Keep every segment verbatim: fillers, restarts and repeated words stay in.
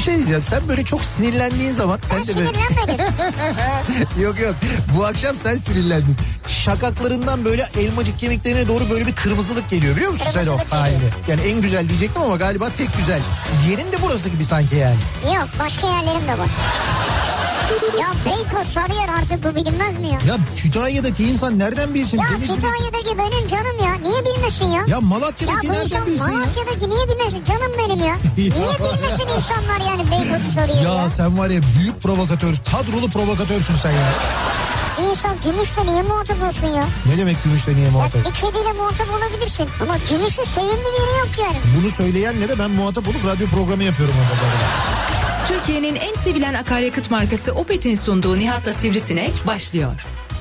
şey diyeceğim, sen böyle çok sinirlendiğin zaman... Ben sen de böyle... sinirlenmedim. Yok yok, bu akşam sen sinirlendin. Şakaklarından böyle elmacık kemiklerine doğru böyle bir kırmızılık geliyor, biliyor musun sen o halini? Yani en güzel diyecektim ama galiba tek güzel. Yerin de burası gibi sanki yani. Yok, başka yerlerim de var. Ya Beykoz, Sarıyer, artık bu bilinmez mi ya? Ya Kütahya'daki insan nereden bilsin? Ya Denizli... Kütahya'daki benim canım ya. Niye bilmesin ya? Ya Malatya'daki ya, nereden insan, bilsin ya? Malatya'daki niye bilmesin? Canım benim ya. Niye bilmesin insanlar yani Beykoz'u soruyor ya? Ya sen var ya büyük provokatör, kadrolu provokatörsün sen ya. İnsan gümüşle niye muhatap olsun ya? Ne demek gümüşle niye muhatap? Ya bir kediyle muhatap olabilirsin ama gümüşün sevimli bir yeri yok yani. Bunu söyleyen ne de ben muhatap olup radyo programı yapıyorum orada. Türkiye'nin en sevilen akaryakıt markası Opet'in sunduğu Nihat'la Sivrisinek başlıyor.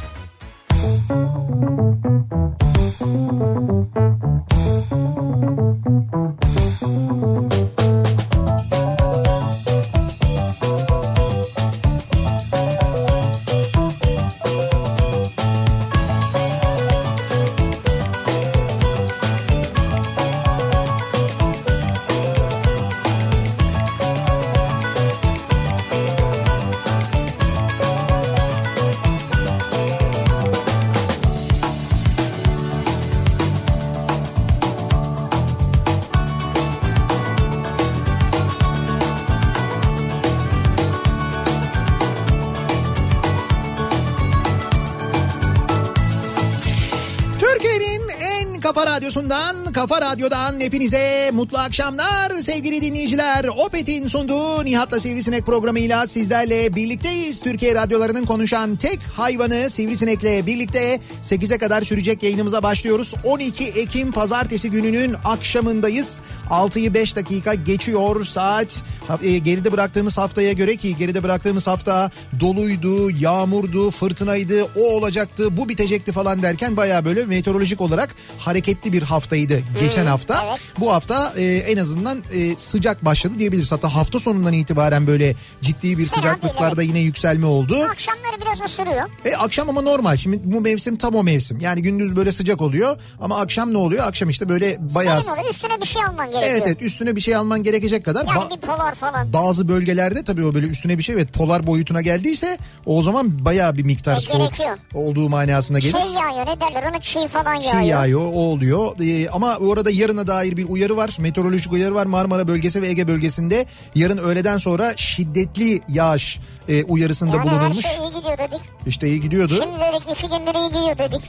Radyosu'ndan, Kafa Radyo'dan hepinize mutlu akşamlar sevgili dinleyiciler. Opet'in sunduğu Nihat'la Sivrisinek programıyla sizlerle birlikteyiz. Türkiye radyolarının konuşan tek hayvanı Sivrisinek'le birlikte sekize kadar sürecek yayınımıza başlıyoruz. on iki Ekim Pazartesi gününün akşamındayız. altıyı beş dakika geçiyor saat. E, geride bıraktığımız haftaya göre, ki geride bıraktığımız hafta doluydu, yağmurdu, fırtınaydı, o olacaktı, bu bitecekti falan derken bayağı böyle meteorolojik olarak hareketli bir haftaydı geçen hmm, hafta. Evet. Bu hafta e, en azından e, sıcak başladı diyebiliriz. Hatta hafta sonundan itibaren böyle ciddi bir sıcaklıklarda yine yükselme oldu. Akşamları biraz ısırıyor. E, akşam ama normal. Şimdi bu mevsim tam o mevsim. Yani gündüz böyle sıcak oluyor ama akşam ne oluyor? Akşam işte böyle bayağı... Senin oluyor, üstüne bir şey alman gerekiyor. Evet evet, üstüne bir şey alman gerekecek kadar. Yani ba- bir polar falan. Bazı bölgelerde tabii o böyle üstüne bir şey, evet, polar boyutuna geldiyse o zaman bayağı bir miktar e, soğuk gerekiyor. Olduğu manasına gelir. Şey yağıyor, ne derler ona, çiğ falan yağıyor. Çiğ yağıyor, o oluyor. Ee, ama bu arada yarına dair bir uyarı var. Meteorolojik uyarı var. Marmara bölgesi ve Ege bölgesinde yarın öğleden sonra şiddetli yağış e, uyarısında yani bulunulmuş. Her şey iyi gidiyor dedik. İşte iyi gidiyordu. Şimdi dedik iki gündür iyi gidiyor dedik.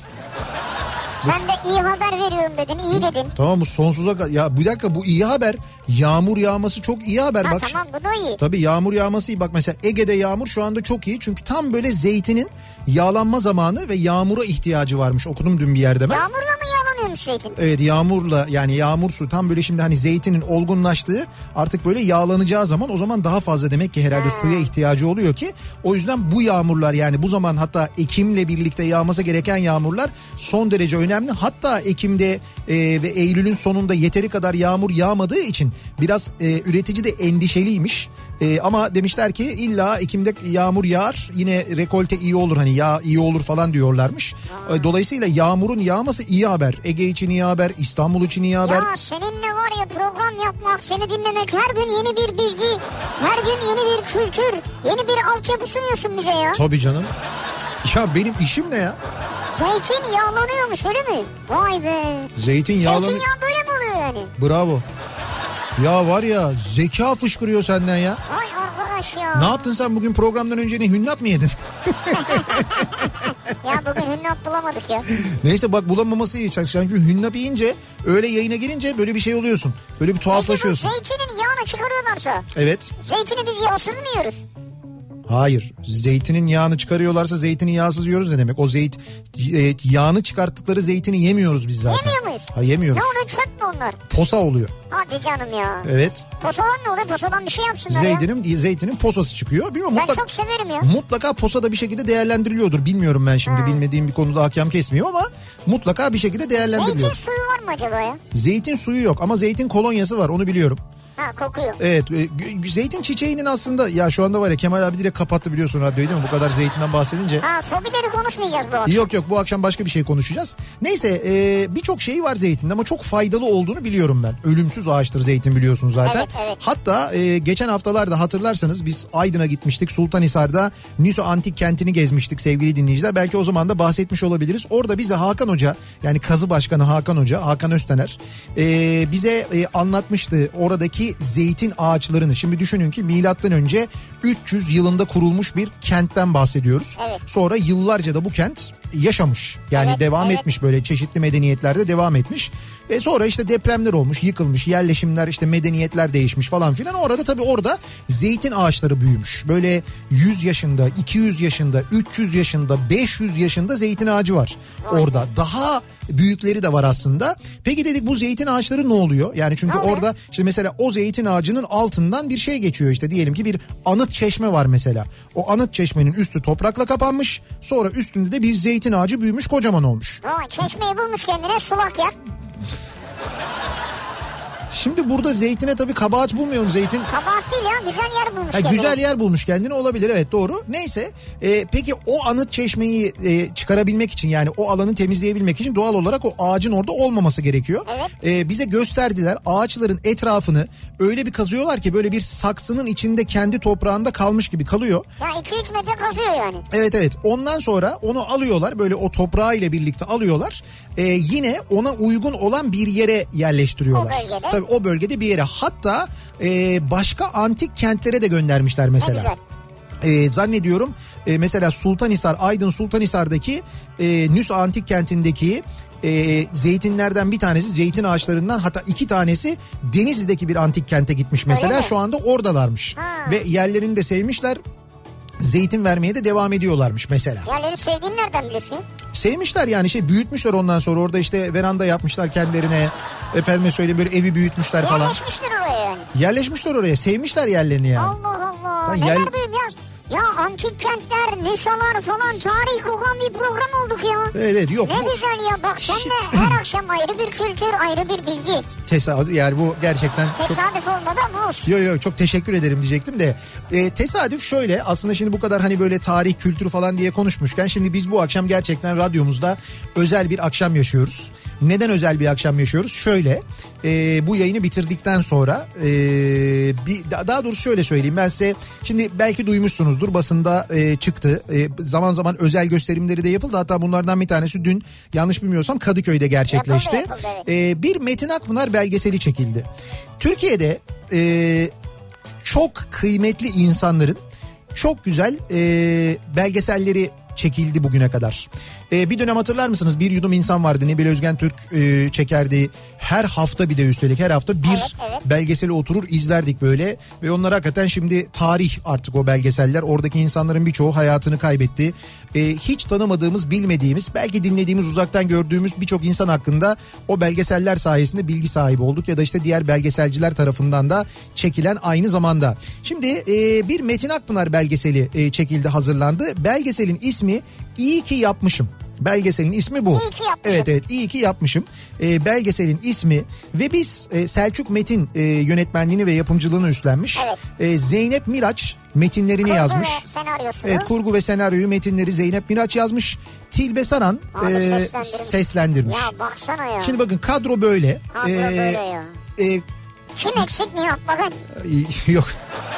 Sen de iyi haber veriyorum dedin, iyi dedin. Tamam, bu sonsuza... Ya bir dakika, bu iyi haber. Yağmur yağması çok iyi haber. Ha, bak. Tamam, bu da iyi. Tabii yağmur yağması iyi. Bak mesela Ege'de yağmur şu anda çok iyi. Çünkü tam böyle zeytinin yağlanma zamanı ve yağmura ihtiyacı varmış. Okudum dün bir yerde ben. Yağmurla mı yağlanıyormuş zeytin? Evet, yağmurla, yani yağmur su tam böyle şimdi hani zeytinin olgunlaştığı, artık böyle yağlanacağı zaman, o zaman daha fazla demek ki herhalde hmm. suya ihtiyacı oluyor ki o yüzden bu yağmurlar, yani bu zaman hatta Ekim'le birlikte yağması gereken yağmurlar son derece önemli. Hatta Ekim'de e, ve Eylül'ün sonunda yeteri kadar yağmur yağmadığı için biraz e, üretici de endişeliymiş. E, ama demişler ki illa Ekim'de yağmur yağar, yine rekolte iyi olur, hani yağ iyi olur falan diyorlarmış. E, dolayısıyla yağmurun yağması iyi haber. Ege için iyi haber, İstanbul için iyi haber. Ya seninle var ya program yapmak, seni dinlemek, her gün yeni bir bilgi, her gün yeni bir kültür, yeni bir altyapı sunuyorsun bize ya. Tabii canım. Ya benim işim ne ya? Zeytin yağlanıyormuş, öyle mi? Vay be. Zeytin yağlanıyor. Zeytinyağı böyle mi oluyor yani? Bravo. Ya var ya, zeka fışkırıyor senden ya. Vay arkadaş ya. Ne yaptın sen bugün, programdan önce ne, hünnap mı yedin? Ya bugün hünnap bulamadık ya. Neyse bak, bulamaması iyi. Çünkü hünnap yiyince, öyle yayına girince böyle bir şey oluyorsun. Böyle bir tuhaflaşıyorsun. Peki bu zeytinin yağını çıkarıyorlarsa. Evet. Zeytini biz yağsız mı yiyoruz? Hayır. Zeytinin yağını çıkarıyorlarsa zeytini yağsız yiyoruz ne demek? O zeyt e, yağını çıkarttıkları zeytini yemiyoruz biz zaten. Yemiyor muyuz? Ha, yemiyoruz. Ne oluyor, çöp mü onlar? Posa oluyor. Hadi canım ya. Evet. Posadan ne oluyor? Posadan bir şey yapsınlar Zeytinin, ya. Zeytinin posası çıkıyor. Bilmiyorum, ben mutlaka, çok severim ya. Mutlaka posada bir şekilde değerlendiriliyordur. Bilmiyorum ben şimdi. Hmm. Bilmediğim bir konuda hakem kesmiyorum ama mutlaka bir şekilde değerlendiriliyor. Zeytin suyu var mı acaba ya? Zeytin suyu yok ama zeytin kolonyası var, onu biliyorum. Ha, kokuyor. Evet, e, zeytin çiçeğinin aslında ya şu anda var ya, Kemal abi direkt kapattı biliyorsun radyoyu değil mi? Bu kadar zeytinden bahsedince. Ha, fobileri konuşmayacağız bu akşam. Yok yok, bu akşam başka bir şey konuşacağız. Neyse, e, birçok şeyi var zeytinde ama çok faydalı olduğunu biliyorum ben. Ölümsüz ağaçtır zeytin, biliyorsun zaten. Evet, evet. Hatta e, geçen haftalarda hatırlarsanız biz Aydın'a gitmiştik. Sultanhisar'da Niso Antik Kenti'ni gezmiştik sevgili dinleyiciler. Belki o zaman da bahsetmiş olabiliriz. Orada bize Hakan Hoca, yani kazı başkanı Hakan Hoca, Hakan Öztener e, bize e, anlatmıştı oradaki zeytin ağaçlarını. Şimdi düşünün ki milattan önce üç yüz yılında kurulmuş bir kentten bahsediyoruz. Evet. Sonra yıllarca da bu kent yaşamış. Yani evet, devam evet. etmiş, böyle çeşitli medeniyetlerde devam etmiş. E sonra işte depremler olmuş, yıkılmış, yerleşimler, işte medeniyetler değişmiş falan filan. Orada tabii orada zeytin ağaçları büyümüş. Böyle yüz yaşında, iki yüz yaşında, üç yüz yaşında, beş yüz yaşında zeytin ağacı var orada. Daha büyükleri de var aslında. Peki dedik, bu zeytin ağaçları ne oluyor? Yani çünkü orada işte mesela o zeytin ağacının altından bir şey geçiyor, işte diyelim ki bir anıt çeşme var mesela. O anıt çeşmenin üstü toprakla kapanmış. Sonra üstünde de bir zeytin ağacı büyümüş, kocaman olmuş. Vay, çeşmeyi bulmuş kendine, sulak yer. Şimdi burada zeytine tabii kabahat bulmuyorum, zeytin. Kabahat değil ya, güzel yer bulmuş Ha, kendine. güzel yer bulmuş kendine, olabilir, evet, doğru. Neyse, e, peki o anıt çeşmeyi e, çıkarabilmek için, yani o alanı temizleyebilmek için doğal olarak o ağacın orada olmaması gerekiyor. Evet. E, bize gösterdiler, ağaçların etrafını öyle bir kazıyorlar ki böyle bir saksının içinde kendi toprağında kalmış gibi kalıyor. Ya iki üç metre kazıyor yani. Evet evet, ondan sonra onu alıyorlar, böyle o toprağı ile birlikte alıyorlar. E, yine ona uygun olan bir yere yerleştiriyorlar. O bölgede. Tabii o bölgede bir yere, hatta e, başka antik kentlere de göndermişler mesela. Ne güzel. E, zannediyorum e, mesela Sultanhisar, Aydın Sultanhisar'daki e, Nüs Antik Kenti'ndeki e, zeytinlerden bir tanesi, zeytin ağaçlarından hatta iki tanesi Denizli'deki bir antik kente gitmiş mesela. Şu anda oradalarmış. Ha. Ve yerlerini de sevmişler. Zeytin vermeye de devam ediyorlarmış mesela. Yerleri sevdiğini nereden biliyorsun? Sevmişler yani, şey büyütmüşler, ondan sonra orada işte veranda yapmışlar kendilerine. Efendime söyleyeyim, böyle evi büyütmüş falan. Yerleşmişler oraya yani. Yerleşmişler oraya, sevmişler yerlerini yani. Allah Allah. Ben Neler yer- duyayım ya. Ya antik kentler, nisalar falan, tarih kokan bir program olduk ya. Evet, evet, yok. Ne bu güzel ya, bak sen de her akşam ayrı bir kültür, ayrı bir bilgi. tesadüf, yani bu gerçekten çok... Tesadüf olmadı ama olsun. Yok yok, çok teşekkür ederim diyecektim de. E, tesadüf şöyle, aslında şimdi bu kadar hani böyle tarih, kültür falan diye konuşmuşken, şimdi biz bu akşam gerçekten radyomuzda özel bir akşam yaşıyoruz. Neden özel bir akşam yaşıyoruz? Şöyle, e, bu yayını bitirdikten sonra e, bir, daha doğrusu şöyle söyleyeyim ben size. Şimdi belki duymuşsunuzdur, basında e, çıktı. E, zaman zaman özel gösterimleri de yapıldı. Hatta bunlardan bir tanesi dün, yanlış bilmiyorsam Kadıköy'de gerçekleşti. Yapıldı, yapıldı, evet. E, bir Metin Akpınar belgeseli çekildi. Türkiye'de e, çok kıymetli insanların çok güzel e, belgeselleri çekildi bugüne kadar. Ee, bir dönem hatırlar mısınız? Bir Yudum İnsan vardı. Nebil Özgen Türk e, çekerdi. Her hafta, bir de üstelik her hafta bir Evet, evet. belgeseli oturur izlerdik böyle. Ve onlar hakikaten şimdi tarih artık o belgeseller. Oradaki insanların birçoğu hayatını kaybetti. Ee, hiç tanımadığımız, bilmediğimiz, belki dinlediğimiz, uzaktan gördüğümüz birçok insan hakkında o belgeseller sayesinde bilgi sahibi olduk. Ya da işte diğer belgeselciler tarafından da çekilen aynı zamanda. Şimdi e, bir Metin Akpınar belgeseli e, çekildi, hazırlandı. Belgeselin ismi İyi ki Yapmışım. Belgeselin ismi bu. İyi ki yapmışım. Evet evet, iyi ki yapmışım. Ee, belgeselin ismi ve biz e, Selçuk Metin e, yönetmenliğini ve yapımcılığını üstlenmiş. Evet. E, Zeynep Miraç metinlerini Kurgu yazmış. ve senaryosunu. Evet, kurgu ve senaryoyu, metinleri Zeynep Miraç yazmış. Tilbe Saran Abi e, seslendirmiş. seslendirmiş. Ya baksana ya. Şimdi bakın, kadro böyle. Kadro Ee, böyle ya. e, Kim eksik Nihat'la ben? Yok.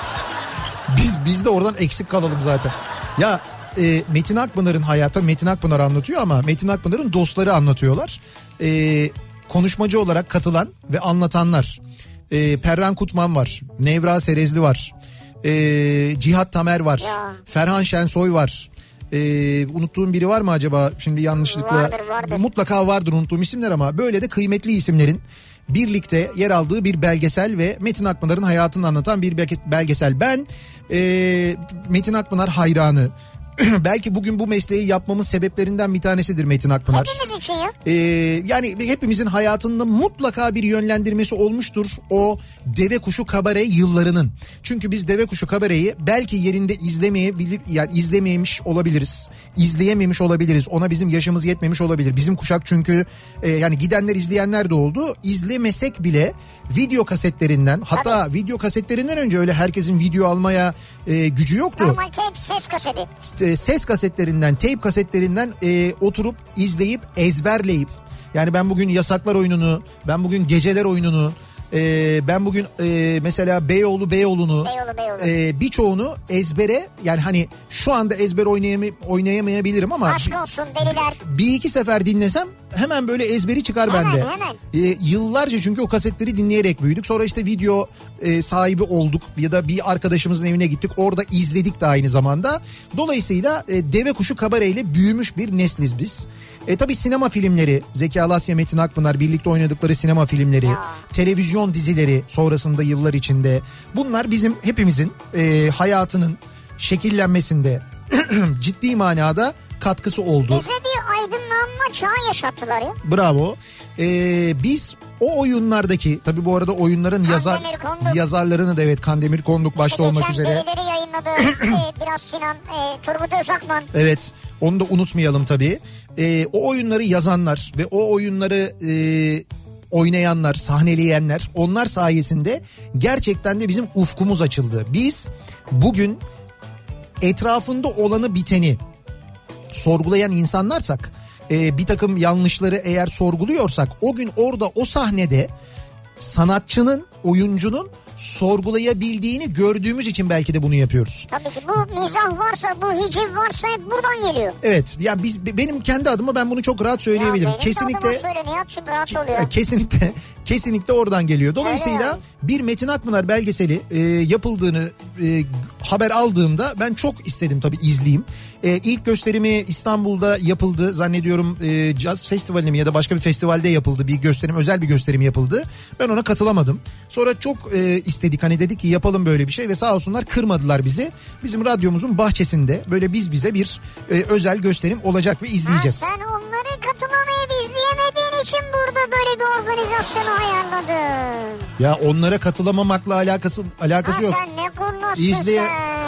Biz biz de oradan eksik kalalım zaten. Ya e, Metin Akpınar'ın hayatı, Metin Akpınar anlatıyor ama Metin Akpınar'ın dostları anlatıyorlar. E, konuşmacı olarak katılan ve anlatanlar. E, Perran Kutman var. Nevra Serezli var. E, Cihat Tamer var. Ya. Ferhan Şensoy var. Ee, unuttuğum biri var mı acaba? Şimdi yanlışlıkla Vardır, vardır. mutlaka vardır unuttuğum isimler, ama böyle de kıymetli isimlerin birlikte yer aldığı bir belgesel ve Metin Akpınar'ın hayatını anlatan bir belgesel. Ben e, Metin Akpınar hayranı, belki bugün bu mesleği yapmamın sebeplerinden bir tanesidir Metin Akpınar. Hepimiz için ya. Ee, yani hepimizin hayatında mutlaka bir yönlendirmesi olmuştur o Deve Kuşu Kabare yıllarının. Çünkü biz Deve Kuşu Kabare'yi belki yerinde izlemeyebilir, yani izlememiş olabiliriz. İzleyememiş olabiliriz. Ona bizim yaşımız yetmemiş olabilir. Bizim kuşak çünkü e, yani gidenler izleyenler de oldu. İzlemesek bile video kasetlerinden, hatta Tabii. video kasetlerinden önce öyle herkesin video almaya e, gücü yoktu. Normal tape ses kaseti. E, ses kasetlerinden, tape kasetlerinden e, oturup izleyip ezberleyip, yani ben bugün Yasaklar oyununu, ben bugün Geceler oyununu, Ee, ben bugün e, mesela Beyoğlu Beyoğlu'nu Beyoğlu, Beyoğlu. E, birçoğunu ezbere, yani hani şu anda ezber oynayamay- oynayamayabilirim ama aşk olsun deliler. Bir iki sefer dinlesem hemen böyle ezberi çıkar hemen, bende. Hemen. Ee, yıllarca çünkü o kasetleri dinleyerek büyüdük. Sonra işte video e, sahibi olduk ya da bir arkadaşımızın evine gittik. Orada izledik de aynı zamanda. Dolayısıyla e, Deve Kuşu Kabare ile büyümüş bir nesliz biz. E tabii sinema filmleri, Zeki Alasya, Metin Akpınar birlikte oynadıkları sinema filmleri, ya. televizyon dizileri sonrasında yıllar içinde. Bunlar bizim hepimizin e, hayatının şekillenmesinde ciddi manada katkısı oldu. Bize bir aydınlanma çağı yaşattılar ya. Bravo. Ee, biz o oyunlardaki, tabii bu arada oyunların yazar yazarlarını da, evet, Kandemir Konduk başta işte olmak üzere. Delileri yayınladı. ee, biraz Sinan, e, Turgut Özakman. Evet, onu da unutmayalım tabii. Ee, o oyunları yazanlar ve o oyunları e, oynayanlar, sahneleyenler, onlar sayesinde gerçekten de bizim ufkumuz açıldı. Biz bugün etrafında olanı biteni sorgulayan insanlarsak, e, bir takım yanlışları eğer sorguluyorsak, o gün orada o sahnede sanatçının, oyuncunun sorgulayabildiğini gördüğümüz için belki de bunu yapıyoruz. Tabii ki bu mizah varsa, bu hiciv varsa hep buradan geliyor. Evet, yani biz, benim kendi adıma ben bunu çok rahat söyleyebilirim. Ya benim kesinlikle söyle, Nihat'cığım rahat oluyor. Kesinlikle kesinlikle oradan geliyor. Dolayısıyla yani. bir Metin Akpınar belgeseli e, yapıldığını e, haber aldığımda ben çok istedim tabii izleyeyim. E, ilk gösterimi İstanbul'da yapıldı zannediyorum, e, Caz Festivali'ne mi ya da başka bir festivalde yapıldı bir gösterim, özel bir gösterim yapıldı. Ben ona katılamadım. Sonra çok e, istedik, hani dedik ki yapalım böyle bir şey ve sağ olsunlar kırmadılar bizi. Bizim radyomuzun bahçesinde böyle biz bize bir e, özel gösterim olacak ve izleyeceğiz. Ha, sen onları katılamayıp izleyemediğin için burada böyle bir organizasyonu ayarladın. Ya onlara katılamamakla alakası alakası ha, yok. Sen ne kurnazsın İzleye... sen.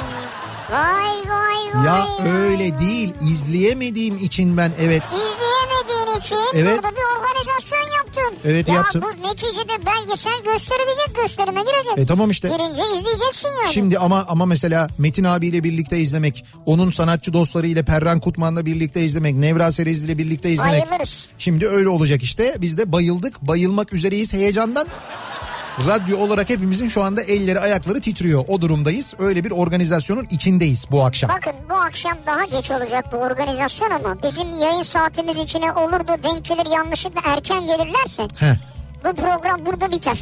Vay vay vay. Ya vay, öyle vay. değil, izleyemediğim için ben evet. İzleyemediğin için evet. burada bir organizasyon yaptın. Evet ya yaptım. Bu neticede belgesel gösterilecek, gösterime girecek. E tamam işte. Girince izleyeceksin yani. Şimdi ama ama mesela Metin abiyle birlikte izlemek, onun sanatçı dostlarıyla Perran Kutman'la birlikte izlemek, Nevra Serezli ile birlikte izlemek. Bayılırız. Şimdi öyle olacak işte. Biz de bayıldık, bayılmak üzereyiz heyecandan. Radyo olarak hepimizin şu anda elleri ayakları titriyor. O durumdayız. Öyle bir organizasyonun içindeyiz bu akşam. Bakın bu akşam daha geç olacak bu organizasyon ama bizim yayın saatimiz içine olur da denk gelir, yanlışlıkla erken gelirlerse Heh. bu program burada biter.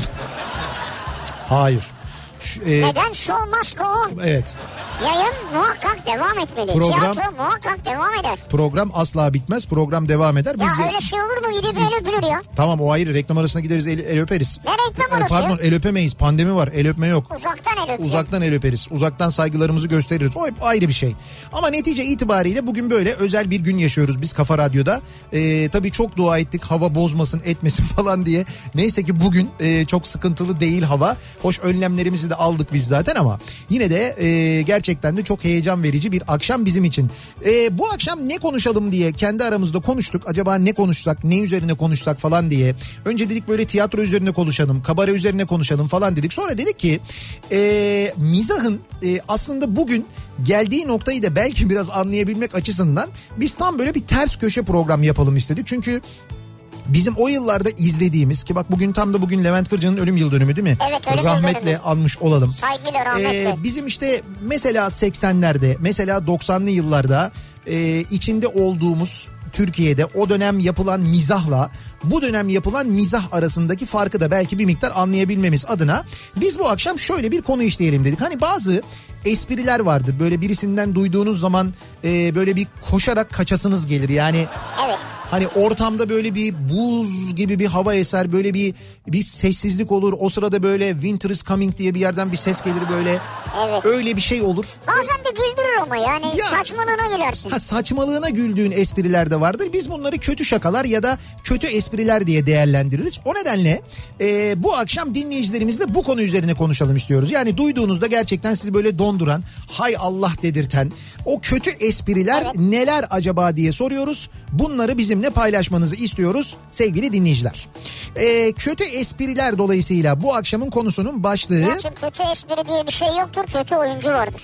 Hayır. Şu, e... Neden? Show must go on. Evet. Yayın muhakkak devam etmeli. Program, Tiyatro muhakkak devam eder. Program asla bitmez. Program devam eder. Biz ya öyle şey olur mu? Gidip biz, el öpülür ya. Tamam, o ayrı. Reklam arasına gideriz, el, el öperiz. Ne reklam arası? Pardon, el öpemeyiz. Pandemi var. El öpme yok. Uzaktan el öpeceğiz. Uzaktan el öperiz. Uzaktan saygılarımızı gösteririz. O hep ayrı bir şey. Ama netice itibariyle bugün böyle özel bir gün yaşıyoruz biz Kafa Radyo'da. Ee, tabii çok dua ettik hava bozmasın etmesin falan diye. Neyse ki bugün e, çok sıkıntılı değil hava. Hoş, önlemlerimizi de aldık biz zaten ama yine de e, gerçekten de çok heyecan verici bir akşam bizim için. E, bu akşam ne konuşalım diye kendi aramızda konuştuk. Acaba ne konuşsak, ne üzerine konuşsak falan diye. Önce dedik böyle tiyatro üzerine konuşalım, kabare üzerine konuşalım falan dedik. Sonra dedik ki e, mizahın e, aslında bugün geldiği noktayı da belki biraz anlayabilmek açısından biz tam böyle bir ters köşe program yapalım istedik. Çünkü bizim o yıllarda izlediğimiz, ki bak bugün tam da bugün Levent Kırca'nın ölüm yıl dönümü değil mi? Evet, ölüm rahmetle yıl dönümü. anmış olalım. Saygıyla rahmetle. Ee, bizim işte mesela seksenlerde, mesela doksanlı yıllarda e, içinde olduğumuz Türkiye'de o dönem yapılan mizahla bu dönem yapılan mizah arasındaki farkı da belki bir miktar anlayabilmemiz adına biz bu akşam şöyle bir konu işleyelim dedik. Hani bazı espriler vardır, böyle birisinden duyduğunuz zaman e, böyle bir koşarak kaçasınız gelir yani. Evet. Hani ortamda böyle bir buz gibi bir hava eser, böyle bir bir sessizlik olur. O sırada böyle Winter is Coming diye bir yerden bir ses gelir böyle. Evet. Öyle bir şey olur. Bazen de güldürür ama yani ya, saçmalığına gülersin. Ha, saçmalığına güldüğün espriler de vardır. Biz bunları kötü şakalar ya da kötü espriler diye değerlendiririz. O nedenle e, bu akşam dinleyicilerimizle bu konu üzerine konuşalım istiyoruz. Yani duyduğunuzda gerçekten sizi böyle donduran, hay Allah dedirten o kötü espriler evet. neler acaba diye soruyoruz. Bunları bizimle paylaşmanızı istiyoruz sevgili dinleyiciler. E, kötü espriler dolayısıyla bu akşamın konusunun başlığı... Gerçi kötü espri diye bir şey yoktur, kötü oyuncu vardır.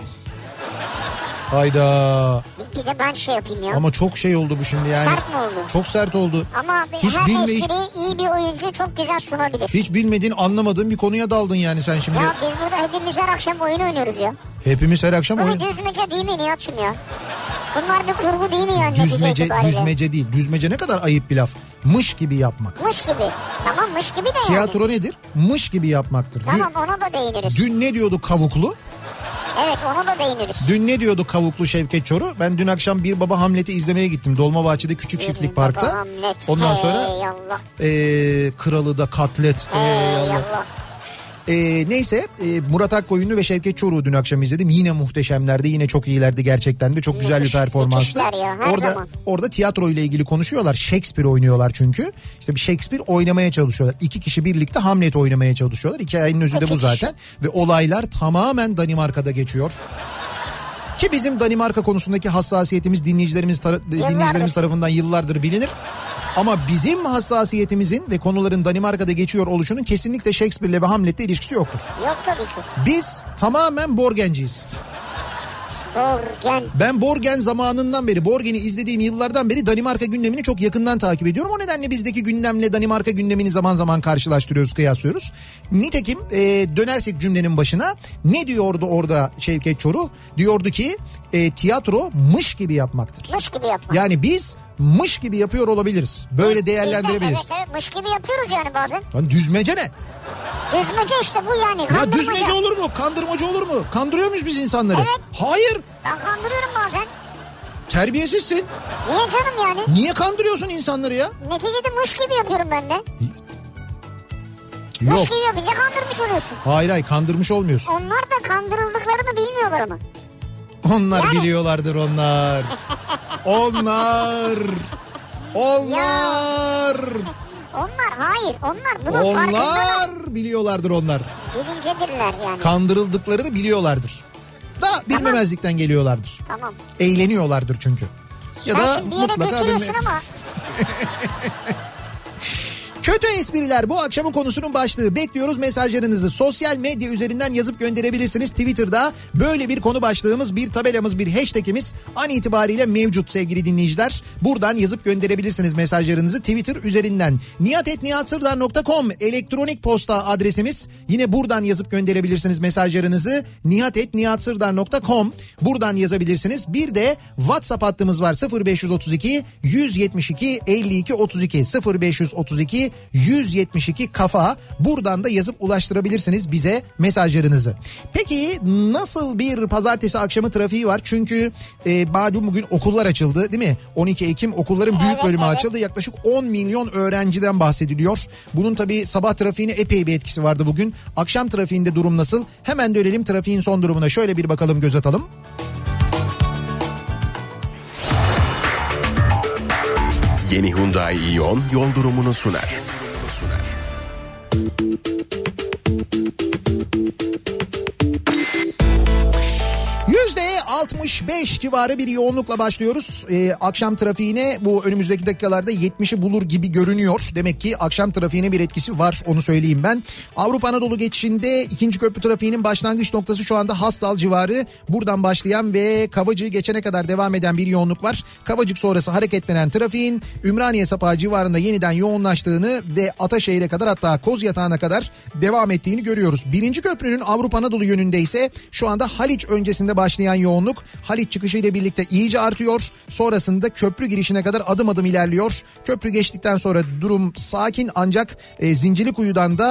Hayda. Bir de ben şey yapayım ya. Ama çok şey oldu bu şimdi yani. Sert mi oldu? Çok sert oldu. Ama hiç her bilme, espriyi iyi bir oyuncu çok güzel sunabilir. Hiç bilmediğin, anlamadığın bir konuya daldın yani sen şimdi. Ya biz burada hepimiz her akşam oyun oynuyoruz ya. Hepimiz her akşam oyun. oyun. Bu düzmece değil mi Nihat'cığım ya? Bunlar bir kurgu değil mi yani? Düzmece, düzmece değil. Düzmece ne kadar ayıp bir laf. Mış gibi yapmak. Mış gibi. Tamam mış gibi de yani. Tiyatro nedir? Mış gibi yapmaktır. Tamam ona da değiniriz. Dün ne diyordu Kavuklu? Evet ona da değiniriz. Dün ne diyordu Kavuklu Şevket Çoruh? Ben dün akşam Bir Baba Hamlet'i izlemeye gittim. Dolmabahçe'de Küçük Bir Çiftlik Park'ta. Hamlet. Ondan sonra hey e, Kralı da Katlet. Hey Allah. E, neyse e, Murat Akkoyunlu ve Şevket Çoruh'u dün akşam izledim. Yine muhteşemlerdi. Yine çok iyilerdi gerçekten de. Çok müthiş, güzel bir performanstı. Ya, orada zaman. orada tiyatro ile ilgili konuşuyorlar. Shakespeare oynuyorlar çünkü. İşte bir Shakespeare oynamaya çalışıyorlar. İki kişi birlikte Hamlet oynamaya çalışıyorlar. Hikayenin özü de bu zaten. Ve olaylar tamamen Danimarka'da geçiyor. Ki bizim Danimarka konusundaki hassasiyetimiz dinleyicilerimiz, tar- dinleyicilerimiz tarafından yıllardır bilinir. Ama bizim hassasiyetimizin ve konuların Danimarka'da geçiyor oluşunun kesinlikle Shakespeare'le ve Hamlet'le ilişkisi yoktur. Yok tabii ki. Biz tamamen Borgen'ciyiz. Borgen. Ben Borgen zamanından beri, Borgen'i izlediğim yıllardan beri Danimarka gündemini çok yakından takip ediyorum. O nedenle bizdeki gündemle Danimarka gündemini zaman zaman karşılaştırıyoruz, kıyaslıyoruz. Nitekim e, dönersek cümlenin başına, ne diyordu orada Şevket Çoruh? Diyordu ki e, tiyatro mış gibi yapmaktır. Mış gibi yapmak. Yani biz mış gibi yapıyor olabiliriz. Böyle biz, değerlendirebiliriz. Biz de, evet evet mış gibi yapıyoruz yani bazen. Lan düzmece ne? Düzmece işte bu yani. Ya düzmece olur mu? Kandırmacı olur mu? Kandırıyor muyuz biz insanları? Evet. Hayır. Ben kandırıyorum bazen. Terbiyesizsin. Niye canım yani? Niye kandırıyorsun insanları ya? Neticede mış gibi yapıyorum ben de. Yok. Mış gibi yapınca kandırmış oluyorsun. Hayır hayır kandırmış olmuyorsun. Onlar da kandırıldıklarını bilmiyorlar ama. Onlar yani... biliyorlardır onlar. onlar. Onlar. Onlar hayır onlar bunun onlar farkındalar. Onlar biliyorlardır onlar. Bilincedirler yani. Kandırıldıklarını biliyorlardır. Da bilmemezlikten tamam. geliyorlardır. Tamam. Eğleniyorlardır çünkü. Ya sen da şimdi bir yere götürüyorsun bilme... ama. Kötü espriler bu akşamın konusunun başlığı. Bekliyoruz mesajlarınızı. Sosyal medya üzerinden yazıp gönderebilirsiniz. Twitter'da böyle bir konu başlığımız, bir tabelamız, bir hashtagimiz an itibariyle mevcut sevgili dinleyiciler. Buradan yazıp gönderebilirsiniz mesajlarınızı Twitter üzerinden. nihat et nihat sırdar nokta com elektronik posta adresimiz. Yine buradan yazıp gönderebilirsiniz mesajlarınızı. nihat et nihat sırdar nokta com buradan yazabilirsiniz. Bir de WhatsApp hattımız var. sıfır beş otuz iki yüz yetmiş iki elli iki otuz iki sıfır beş otuz iki yüz yetmiş iki kafa. Buradan da yazıp ulaştırabilirsiniz bize mesajlarınızı. Peki nasıl bir pazartesi akşamı trafiği var? Çünkü e, malum bugün okullar açıldı değil mi? on iki Ekim okulların büyük evet, bölümü evet. açıldı. Yaklaşık on milyon öğrenciden bahsediliyor. Bunun tabii sabah trafiğine epey bir etkisi vardı bugün. Akşam trafiğinde durum nasıl? Hemen dönelim trafiğin son durumuna. Şöyle bir bakalım, göz atalım. Yeni Hyundai Ion yol durumunu sunar. sunar. yüzde altmış beş civarı bir yoğunlukla başlıyoruz. Ee, akşam trafiğine bu önümüzdeki dakikalarda yetmişi bulur gibi görünüyor. Demek ki akşam trafiğine bir etkisi var, onu söyleyeyim ben. Avrupa Anadolu geçişinde ikinci köprü trafiğinin başlangıç noktası şu anda Hastal civarı. Buradan başlayan ve Kavacık'ı geçene kadar devam eden bir yoğunluk var. Kavacık sonrası hareketlenen trafiğin Ümraniye Sapağı civarında yeniden yoğunlaştığını ve Ataşehir'e kadar, hatta Kozyatağı'na kadar devam ettiğini görüyoruz. Birinci köprünün Avrupa Anadolu yönünde ise şu anda Haliç öncesinde başlayan yoğunluk Haliç çıkışıyla birlikte iyice artıyor. Sonrasında köprü girişine kadar adım adım ilerliyor. Köprü geçtikten sonra durum sakin, ancak e, Zincirlikuyu'dan da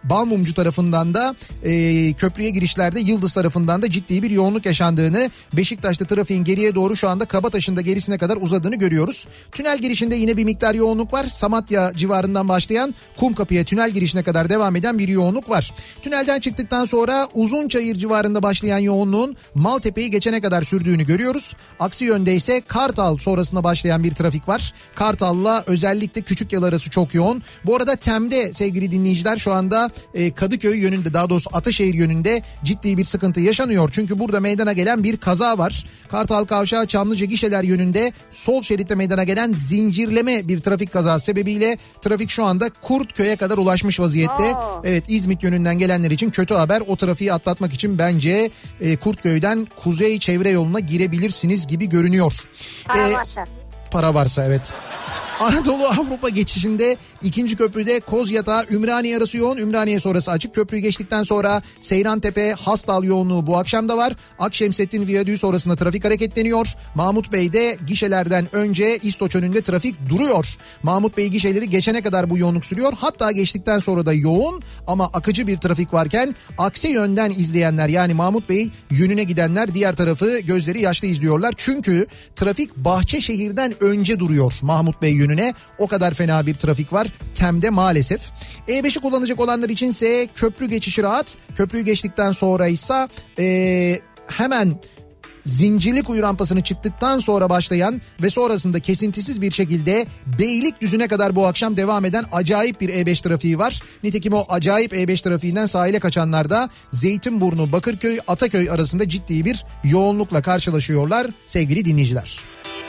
Balmumcu tarafından da e, köprüye girişlerde Yıldız tarafından da ciddi bir yoğunluk yaşandığını, Beşiktaş'ta trafiğin geriye doğru şu anda Kabataş'ın da gerisine kadar uzadığını görüyoruz. Tünel girişinde yine bir miktar yoğunluk var. Samatya civarından başlayan Kumkapı'ya tünel girişine kadar devam eden bir yoğunluk var. Tünelden çıktıktan sonra Uzunçayır civarında başlayan yoğunluğun Maltepe'yi geçene kadar sürdüğünü görüyoruz. Aksi yönde ise Kartal sonrasında başlayan bir trafik var. Kartal'la özellikle Küçükyalı arası çok yoğun. Bu arada Tem'de sevgili dinleyiciler şu anda e, Kadıköy yönünde, daha doğrusu Ataşehir yönünde ciddi bir sıkıntı yaşanıyor. Çünkü burada meydana gelen bir kaza var. Kartal Kavşağı Çamlıca Gişeler yönünde sol şeritte meydana gelen zincirleme bir trafik kazası sebebiyle trafik şu anda Kurtköy'e kadar ulaşmış vaziyette. Oo. Evet, İzmit yönünden gelenler için kötü haber. O trafiği atlatmak için bence e, Kurtköy'den kuzey çevre yoluna girebilirsiniz gibi görünüyor. Para Ee, varsa. Para varsa evet. Anadolu Avrupa geçişinde ikinci köprüde Kozyatağı Ümraniye arası yoğun. Ümraniye sonrası açık. Köprüyü geçtikten sonra Seyrantepe Hastal yoğunluğu bu akşam da var. Akşemsettin Viyadüğü sonrasında trafik hareketleniyor. Mahmut Bey'de gişelerden önce İstoç önünde trafik duruyor. Mahmut Bey gişeleri geçene kadar bu yoğunluk sürüyor. Hatta geçtikten sonra da yoğun ama akıcı bir trafik varken aksi yönden izleyenler, yani Mahmut Bey yönüne gidenler diğer tarafı gözleri yaşlı izliyorlar. Çünkü trafik Bahçeşehir'den önce duruyor Mahmut Bey yönüne. O kadar fena bir trafik var Tem'de maalesef. E beşi kullanacak olanlar içinse köprü geçişi rahat. Köprüyü geçtikten sonra ise ee, hemen Zincirlikuyu rampasını çıktıktan sonra başlayan ve sonrasında kesintisiz bir şekilde Beylikdüzü'ne kadar bu akşam devam eden acayip bir E beş trafiği var. Nitekim o acayip E beş trafiğinden sahile kaçanlar da Zeytinburnu, Bakırköy, Ataköy arasında ciddi bir yoğunlukla karşılaşıyorlar sevgili dinleyiciler.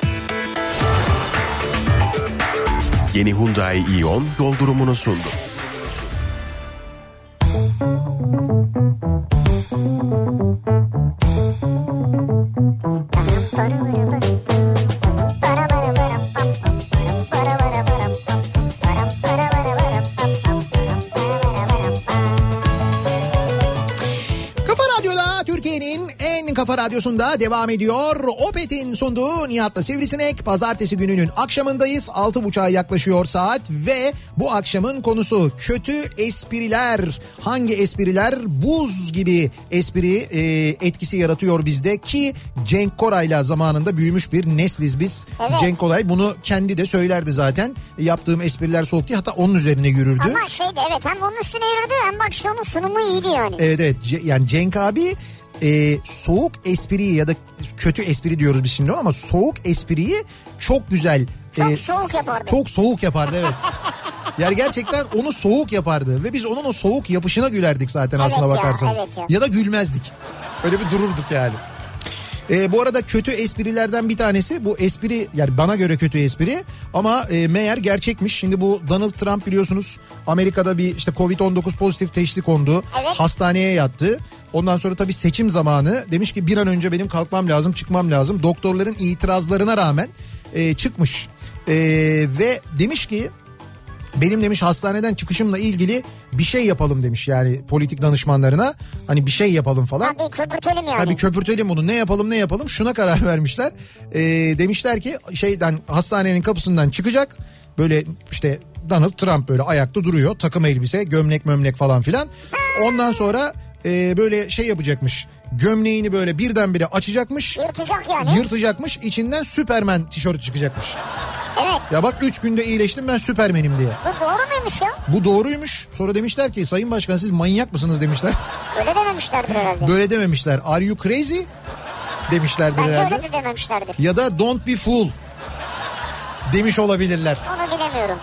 Yeni Hyundai Ion yol durumunu sundu. Kafa Radyosu'nda devam ediyor. Opet'in sunduğu Nihat'la Sivrisinek. Pazartesi gününün akşamındayız. Altı buçuğa yaklaşıyor saat ve bu akşamın konusu kötü espriler. Hangi espriler buz gibi espri e, etkisi yaratıyor bizde ki Cenk Koray'la zamanında büyümüş bir nesliz biz. Evet. Cenk Koray bunu kendi de söylerdi zaten. Yaptığım espriler soğuk diye, hatta onun üzerine yürürdü. Ama şeydi, evet, hem onun üstüne yürüdü hem bak sonu sunumu iyiydi yani. Evet evet, yani Cenk abi e, soğuk espriyi ya da kötü espri diyoruz biz şimdi ama soğuk espriyi çok güzel. Çok e, soğuk yapardı. Çok soğuk yapardı evet. Yani gerçekten onu soğuk yapardı ve biz onun o soğuk yapışına gülerdik zaten, evet aslına ya, bakarsanız. Evet ya. ya da gülmezdik. Öyle bir dururduk yani. E, bu arada kötü esprilerden bir tanesi, bu espri yani bana göre kötü espri ama e, meğer gerçekmiş. Şimdi bu Donald Trump biliyorsunuz Amerika'da bir işte covid on dokuz pozitif teşhisi kondu. Evet. Hastaneye yattı. Ondan sonra tabii seçim zamanı demiş ki bir an önce benim kalkmam lazım, çıkmam lazım. Doktorların itirazlarına rağmen e, çıkmış e, ve demiş ki benim demiş hastaneden çıkışımla ilgili bir şey yapalım demiş, yani politik danışmanlarına hani bir şey yapalım falan. Tabii köpürtelim yani. Tabii köpürtelim bunu, ne yapalım ne yapalım, şuna karar vermişler. Ee, demişler ki şeyden, hastanenin kapısından çıkacak böyle işte Donald Trump böyle ayakta duruyor, takım elbise, gömlek mömlek falan filan. Ondan sonra e, böyle şey yapacakmış, gömleğini böyle birdenbire açacakmış. Yırtacak yani. Yırtacakmış, içinden Süpermen tişörtü çıkacakmış. Evet. Ya bak üç günde iyileştim ben, Süpermen'im diye. Bu doğru muymuş ya? Bu doğruymuş. Sonra demişler ki Sayın Başkan siz manyak mısınız demişler. Öyle dememişlerdir herhalde. Böyle dememişler. Are you crazy? Demişlerdir Bence herhalde. öyle de dememişlerdir. Ya da don't be fool demiş olabilirler. Onu bilemiyorum.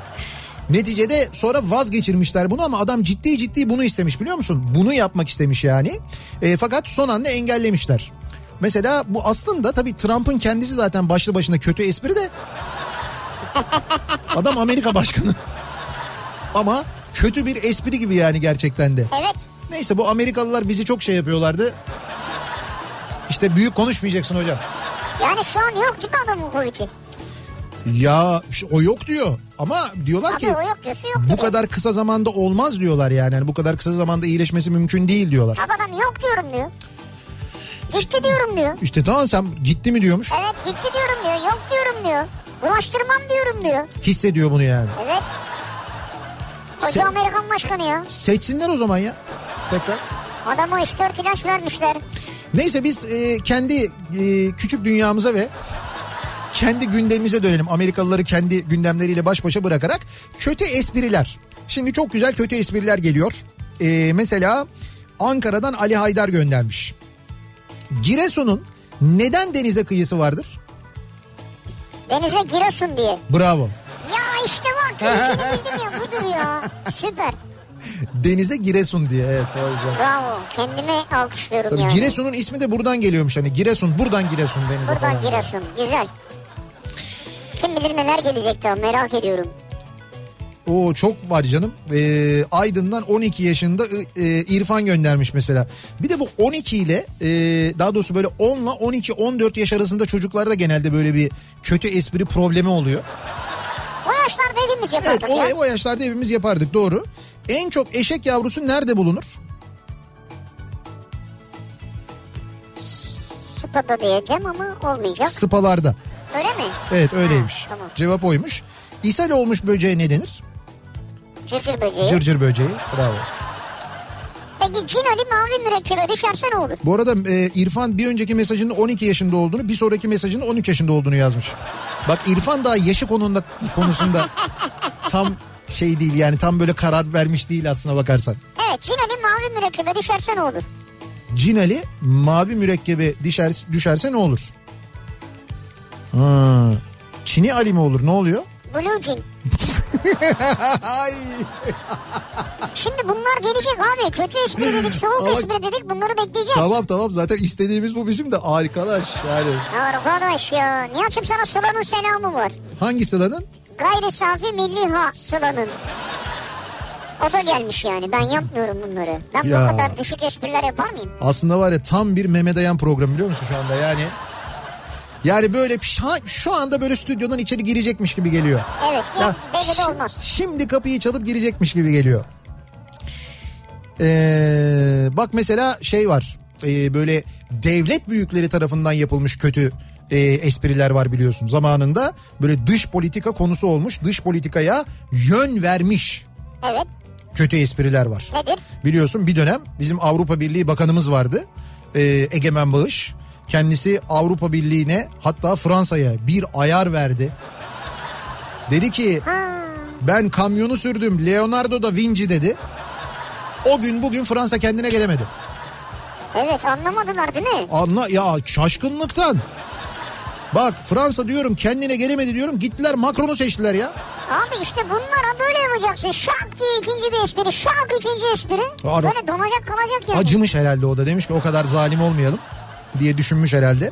Neticede sonra vazgeçirmişler bunu ama adam ciddi ciddi bunu istemiş, biliyor musun? Bunu yapmak istemiş yani. E, fakat son anda engellemişler. Mesela bu aslında tabii Trump'ın kendisi zaten başlı başına kötü espri de. Adam Amerika başkanı. Ama kötü bir espri gibi yani gerçekten de. Evet. Neyse, bu Amerikalılar bizi çok şey yapıyorlardı. İşte büyük konuşmayacaksın hocam. Yani şu an yok değil mi adamın Covid'i? Ya o yok diyor ama diyorlar Abi ki o yok diyorsa yok bu diyor. kadar kısa zamanda olmaz diyorlar yani. yani bu kadar kısa zamanda iyileşmesi mümkün değil diyorlar. Abi adam yok diyorum diyor. Gitti diyorum diyor. İşte tamam, sen gitti mi diyormuş. Evet gitti diyorum diyor, yok diyorum diyor. Bulaştırmam diyorum diyor. Hissediyor bunu yani. Evet. Koca Se- Amerikan başkanı ya. Seçsinler o zaman ya. Tekrar. Adama üç dört ilaç vermişler. Neyse biz e, kendi e, küçük dünyamıza ve kendi gündemimize dönelim. Amerikalıları kendi gündemleriyle baş başa bırakarak kötü espriler. Şimdi çok güzel kötü espriler geliyor. E, mesela Ankara'dan Ali Haydar göndermiş. Giresun'un neden denize kıyısı vardır? Denize Giresun diye. Bravo. Ya işte bak ülkeni bildim ya budur ya. Süper. Denize Giresun diye. Evet, o yüzden. Bravo. Kendimi alkışlıyorum Tabii yani. Giresun'un ismi de buradan geliyormuş hani. Giresun, buradan Giresun denize Buradan falan. Giresun. Güzel. Kim bilir neler gelecek daha merak ediyorum. Oo çok var canım. Ee, Aydın'dan on iki yaşında e, İrfan göndermiş mesela. Bir de bu on iki ile e, daha doğrusu böyle on ile on iki on dört yaş arasında çocuklarda genelde böyle bir kötü espri problemi oluyor. O yaşlarda hepimiz Evet yapardık o, ya. o yaşlarda hepimiz yapardık, doğru. En çok eşek yavrusu nerede bulunur? Spada diyeceğim ama olmayacak. Sıpalarda. Öyle mi? Evet öyleymiş. Ha, tamam. Cevap oymuş. İshal olmuş böceğe ne denir? Cırcır böceği. Cırcır böceği. Bravo. Peki cin Ali mavi mürekkebe düşerse ne olur? Bu arada e, İrfan bir önceki mesajında on iki yaşında olduğunu, bir sonraki mesajında on üç yaşında olduğunu yazmış. Bak İrfan daha yaşı konusunda, konusunda tam şey değil yani, tam böyle karar vermiş değil aslına bakarsan. Evet, cin Ali mavi mürekkebe düşerse ne olur? Cin Ali mavi mürekkebe düşer, düşerse ne olur? Ha, Çini Ali mi olur, ne oluyor? Blue cin. Ay. Şimdi bunlar gelecek abi. Kötü espri dedik, soğuk Ama- espri dedik. Bunları bekleyeceğiz. Tamam tamam, zaten istediğimiz bu bizim de, arkadaş yani. Arkadaş ya. Nihat'cığım sana Sıla'nın selamı var. Hangi Sıla'nın? Gayri safi milli ha Sıla'nın. O da gelmiş yani. Ben yapmıyorum bunları. Ben Ya. bu kadar düşük espriler yapar mıyım? Aslında var ya, tam bir Mehmet Ayan programı biliyor musun şu anda yani. Yani böyle şu, şu anda böyle stüdyodan içeri girecekmiş gibi geliyor. Evet. Ya, Belki de şi- olmaz. Şimdi kapıyı çalıp girecekmiş gibi geliyor. Ee, bak mesela şey var. Ee, böyle devlet büyükleri tarafından yapılmış kötü e, espriler var biliyorsun. Zamanında böyle dış politika konusu olmuş. Dış politikaya yön vermiş Evet. kötü espriler var. Nedir? Biliyorsun bir dönem bizim Avrupa Birliği Bakanımız vardı. Ee, Egemen Bağış. Kendisi Avrupa Birliği'ne, hatta Fransa'ya bir ayar verdi. Dedi ki ben kamyonu sürdüm, Leonardo da Vinci dedi. O gün bugün Fransa kendine gelemedi. Evet, anlamadılar değil mi? Anla ya, şaşkınlıktan. Bak Fransa diyorum kendine gelemedi diyorum, gittiler Macron'u seçtiler ya. Abi işte bunlara böyle yapacaksın. Şak diye ikinci bir espri, şak üçüncü espri. Ara- Böyle donacak kalacak yani. Acımış herhalde o da, demiş ki o kadar zalim olmayalım diye düşünmüş herhalde.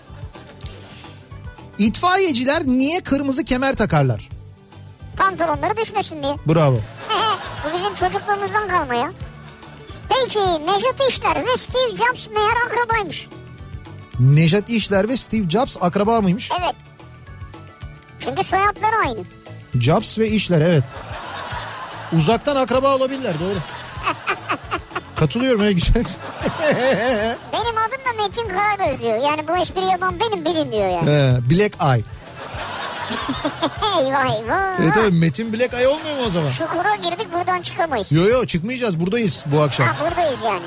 İtfaiyeciler niye kırmızı kemer takarlar? Pantolonları düşmesin diye. Bravo. Bu bizim çocukluğumuzdan kalma ya. Peki Nejat İşler ve Steve Jobs meğer akrabaymış. Nejat İşler ve Steve Jobs akraba mıymış? Evet. Çünkü soyadları aynı. Jobs ve İşler, evet. Uzaktan akraba olabilirler, doğru. Katılıyorum ya, güzel. Benim adım da Metin Karagöz diyor. Yani bu espri yapan benim, bilin diyor yani. He, Black Eye. Eyvah eyvah. Evet evet, Metin Black Eye olmuyor mu o zaman? Çukura girdik, buradan çıkamayız. Yo yo, çıkmayacağız, buradayız bu akşam. Ha, buradayız yani.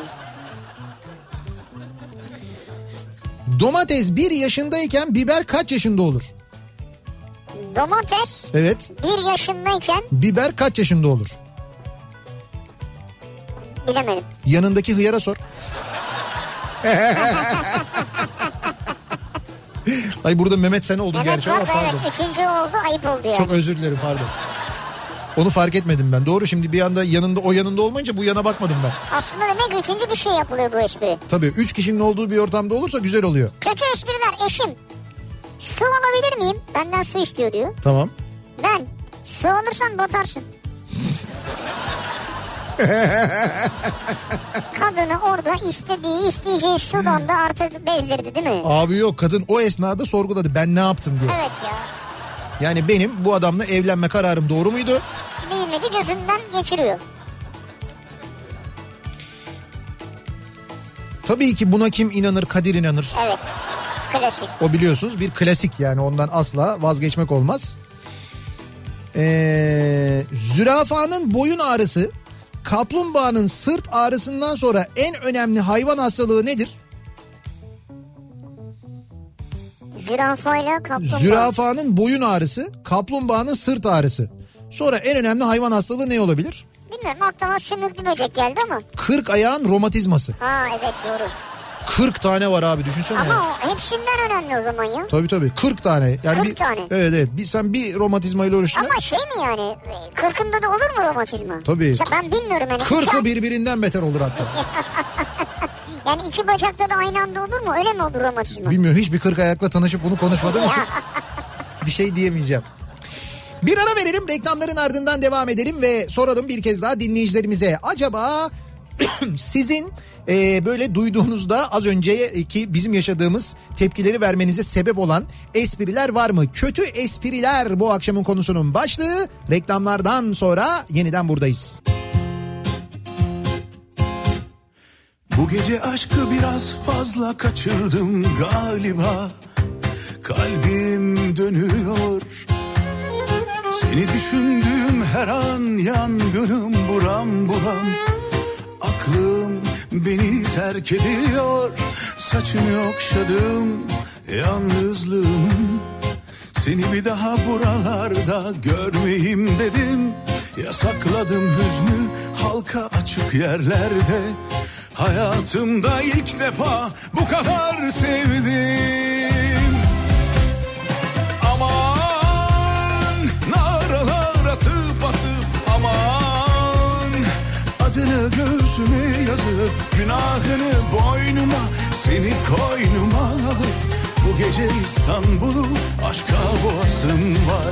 Domates bir yaşındayken biber kaç yaşında olur? Domates Evet. bir yaşındayken Biber kaç yaşında olur? bilemedim. Yanındaki hıyara sor. Ay burada Mehmet sen oldun Evet gerçi ama vardı, pardon. evet. Üçüncü oldu, ayıp oldu yani. Çok özür dilerim, pardon. Onu fark etmedim ben. Doğru, şimdi bir anda yanında, o yanında olmayınca bu yana bakmadım ben. Aslında demek üçüncü kişi yapılıyor bu espri. Tabii üç kişinin olduğu bir ortamda olursa güzel oluyor. Kötü espriler. Eşim su alabilir miyim? Benden su istiyor diyor. Tamam. Ben su alırsan batarsın. Kadını orada istediği isteyeceği sudan da artık bezdirdi değil mi? Abi yok, kadın o esnada sorguladı ben ne yaptım diye. Evet ya. Yani benim bu adamla evlenme kararım doğru muydu? Bilmedi, gözünden geçiriyor. Tabii ki buna kim inanır? Kadir inanır. Evet. Klasik. O biliyorsunuz bir klasik yani, ondan asla vazgeçmek olmaz. Ee, zürafanın boyun ağrısı, kaplumbağanın sırt ağrısından sonra en önemli hayvan hastalığı nedir? Zürafayla kaplumbağa. Zürafanın boyun ağrısı, kaplumbağanın sırt ağrısı. Sonra en önemli hayvan hastalığı ne olabilir? Bilmiyorum, aklıma sümüklü böcek geldi ama. Kırk ayağın romatizması. Ha evet, doğru. kırk tane var abi, düşünsene. Ama ya. o hepsinden önemli o zaman ya. Tabii tabii kırk tane. Yani kırk bir, tane. Evet evet. Bir, sen bir romatizmayla uğraştın. Ama şey mi yani, kırkında da olur mu romatizma? Tabii. İşte ben bilmiyorum yani. kırkı birbirinden beter olur hatta. Yani iki bacakta da aynı anda olur mu? Öyle mi olur romatizma? Bilmiyorum, hiçbir kırk ayakla tanışıp bunu konuşmadığım için bir şey diyemeyeceğim. Bir ara verelim, reklamların ardından devam edelim ve soralım bir kez daha dinleyicilerimize. Acaba sizin e, böyle duyduğunuzda az önceki bizim yaşadığımız tepkileri vermenize sebep olan espriler var mı? Kötü espriler bu akşamın konusunun başlığı. Reklamlardan sonra yeniden buradayız. Bu gece aşkı biraz fazla kaçırdım galiba. Kalbim dönüyor. Seni düşündüğüm her an yangınım buram buram. Aklım beni terk ediyor. Saçını okşadım yalnızlığımın. Seni bir daha buralarda görmeyeyim dedim. Yasakladım hüznü halka açık yerlerde. Hayatımda ilk defa bu kadar sevdim. Aman naralar atıp atıp aman. Adını göğsüme yazıp günahını boynuma, seni koynuma alıp bu gece İstanbul'u aşka boğazım var.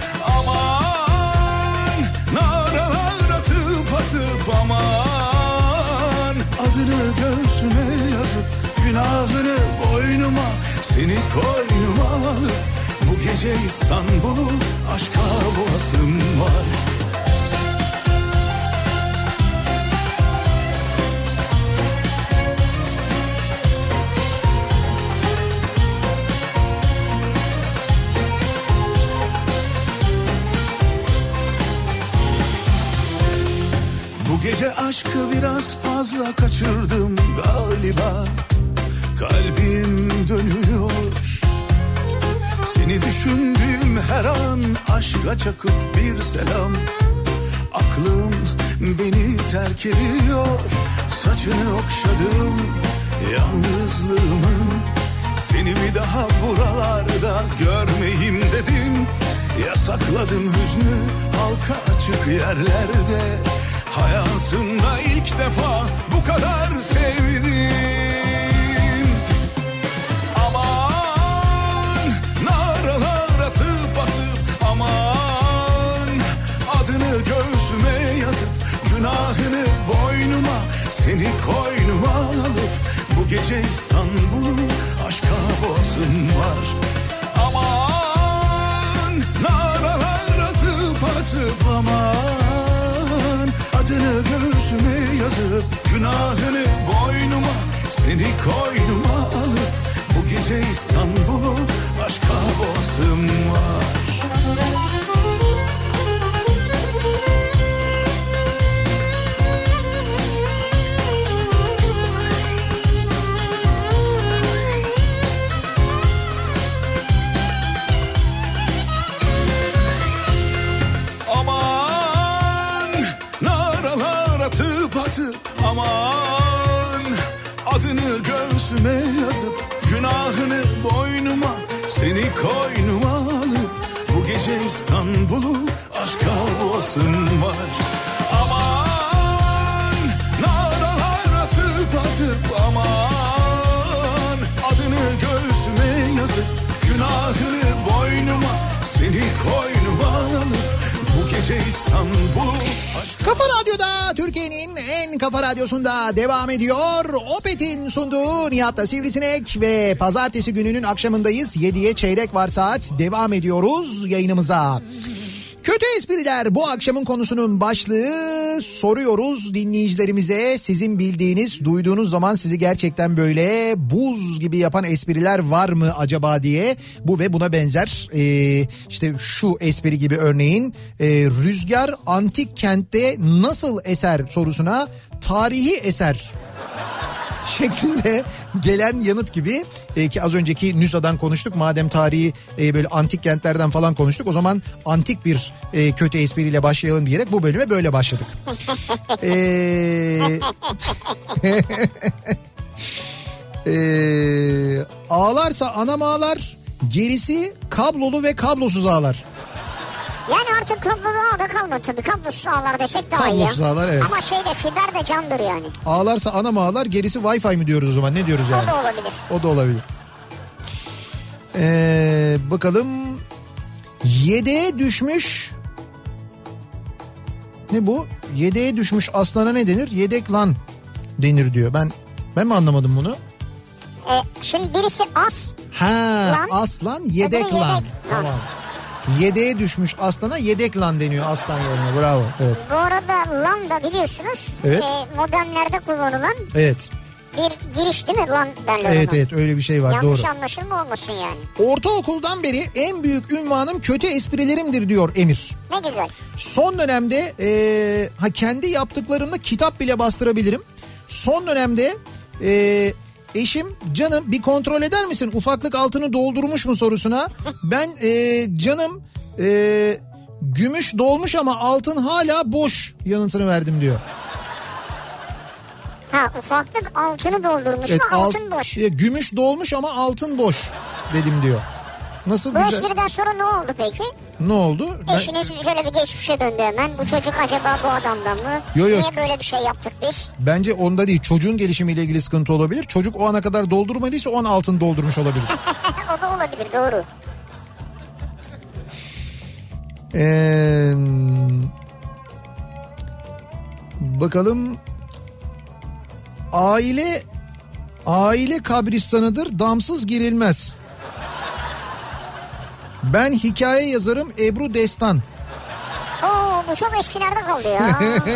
Aman naralar atıp atıp aman. Adını göğsüme yazıp günahını boynuma, seni koynuma alıp bu gece İstanbul'u aşka boğazım var. Bu gece aşkı biraz fazla kaçırdım galiba. Kalbim dönüyor. Seni düşündüğüm her an aşka çakıp bir selam. Aklım beni terk ediyor. Saçını okşadım yalnızlığımın. Seni bir daha buralarda görmeyeyim dedim. Yasakladım hüznü halka açık yerlerde. Hayatımda ilk defa bu kadar sevdim. Aman naralar atıp atıp aman. Adını göğsüme yazıp günahını boynuma, seni koynuma alıp bu gece İstanbul'u aşka boğazım var. Aman naralar atıp atıp aman. Adını göğsüme yazıp günahını boynuma, seni koynuma alıp bu gece İstanbul'u aşka boğazım var. Atıp aman. Adını göğsüme yazıp günahını boynuma, seni koynuma alıp bu gece İstanbul'u aşka boğazım var. Aman naralar atıp atıp aman. Adını göğsüme yazıp günahını boynuma, seni koynuma alıp bu gece İstanbul'u aşka... Kafa Radyo'da, Türkiye'nin en kafa radyosunda devam ediyor. Opet'in sunduğu Nihat'la Sivrisinek ve pazartesi gününün akşamındayız. yediye çeyrek var saat, devam ediyoruz yayınımıza. Kötü espriler bu akşamın konusunun başlığı. Soruyoruz dinleyicilerimize, sizin bildiğiniz, duyduğunuz zaman sizi gerçekten böyle buz gibi yapan espriler var mı acaba diye. Bu ve buna benzer e, işte şu espri gibi örneğin e, Rüzgar antik kentte nasıl eser sorusuna tarihi eser şeklinde gelen yanıt gibi e, ki az önceki Nüsa'dan konuştuk. Madem tarihi e, böyle antik kentlerden falan konuştuk, o zaman antik bir e, kötü espriyle başlayalım diyerek bu bölüme böyle başladık. Eee... Ee, ağlarsa anam ağlar, gerisi kablolu ve kablosuz ağlar. Yani artık kablolu ağ da kalmadı tabii. Kablosuz ağlar desek daha iyi. Kablosuz ağlar, evet. Ama şeyde fiber de candır yani. Ağlarsa anam ağlar, gerisi Wi-Fi mi diyoruz o zaman, ne diyoruz yani? O da olabilir. O da olabilir. Ee, bakalım. Yedeğe düşmüş. Ne bu? Yedeğe düşmüş aslana ne denir? Yedek lan denir diyor. Ben ben mi anlamadım bunu? Ee, şimdi birisi as. Ha, lan, aslan yedek öbürü lan. yedek. Tamam. Yedeğe düşmüş aslana yedek lan deniyor aslan yerine. Bravo. Evet. Bu arada lan da biliyorsunuz Evet. e, modemlerde kullanılan Evet. bir giriş değil mi lan derler Evet ona. evet öyle bir şey var. Yanlış Doğru. anlaşılma olmasın yani. Ortaokuldan beri en büyük ünvanım kötü esprilerimdir diyor Emir. Ne güzel. Son dönemde e, ha kendi yaptıklarımla kitap bile bastırabilirim. Son dönemde e, eşim canım bir kontrol eder misin ufaklık altını doldurmuş mu sorusuna ben e, canım e, gümüş dolmuş ama altın hala boş yanıtını verdim diyor. Ha, ufaklık altını doldurmuş Evet, mu alt- altın boş. e, gümüş dolmuş ama altın boş dedim diyor. Nasıl Bu güzel? espriden sonra ne oldu peki? Ne oldu? Ben- Eşiniz şöyle bir geçmişe döndü hemen. Bu çocuk acaba bu adamdan mı? Yo, yo. Niye böyle bir şey yaptık biz? Bence onda değil, çocuğun gelişimiyle ilgili sıkıntı olabilir. Çocuk o ana kadar doldurmadıysa o an altın doldurmuş olabilir. O da olabilir, doğru. Ee, bakalım. Aile aile kabristanıdır, damsız girilmez. Ben hikaye yazarım, Ebru Destan. Oo, bu çok eskilerde kaldı ya.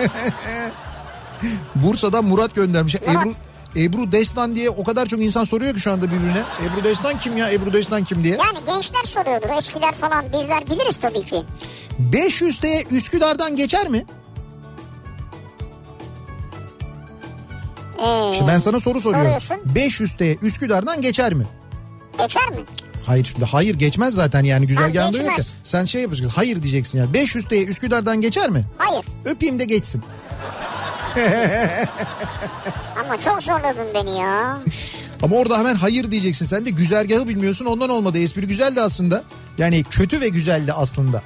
Bursa'dan Murat göndermiş. Murat. Ebru Ebru Destan diye o kadar çok insan soruyor ki şu anda birbirine. Ebru Destan kim ya? Ebru Destan kim diye. Yani gençler soruyordur, eskiler falan, bizler biliriz tabii ki. beş yüz T Üsküdar'dan geçer mi? Ee, Şimdi ben sana soru soruyorum. soruyorsun. beş yüz T Üsküdar'dan geçer mi? Geçer mi? Hayır şimdi hayır geçmez zaten yani güzergahında yok ya. geçmez. Sen şey yapacaksın, hayır diyeceksin yani. beş yüz T Üsküdar'dan geçer mi? Hayır. Öpeyim de geçsin. Ama çok zorladın beni ya. Ama orada hemen hayır diyeceksin. Sen de güzergahı bilmiyorsun, ondan olmadı. Espri güzeldi aslında. Yani kötü ve güzeldi aslında.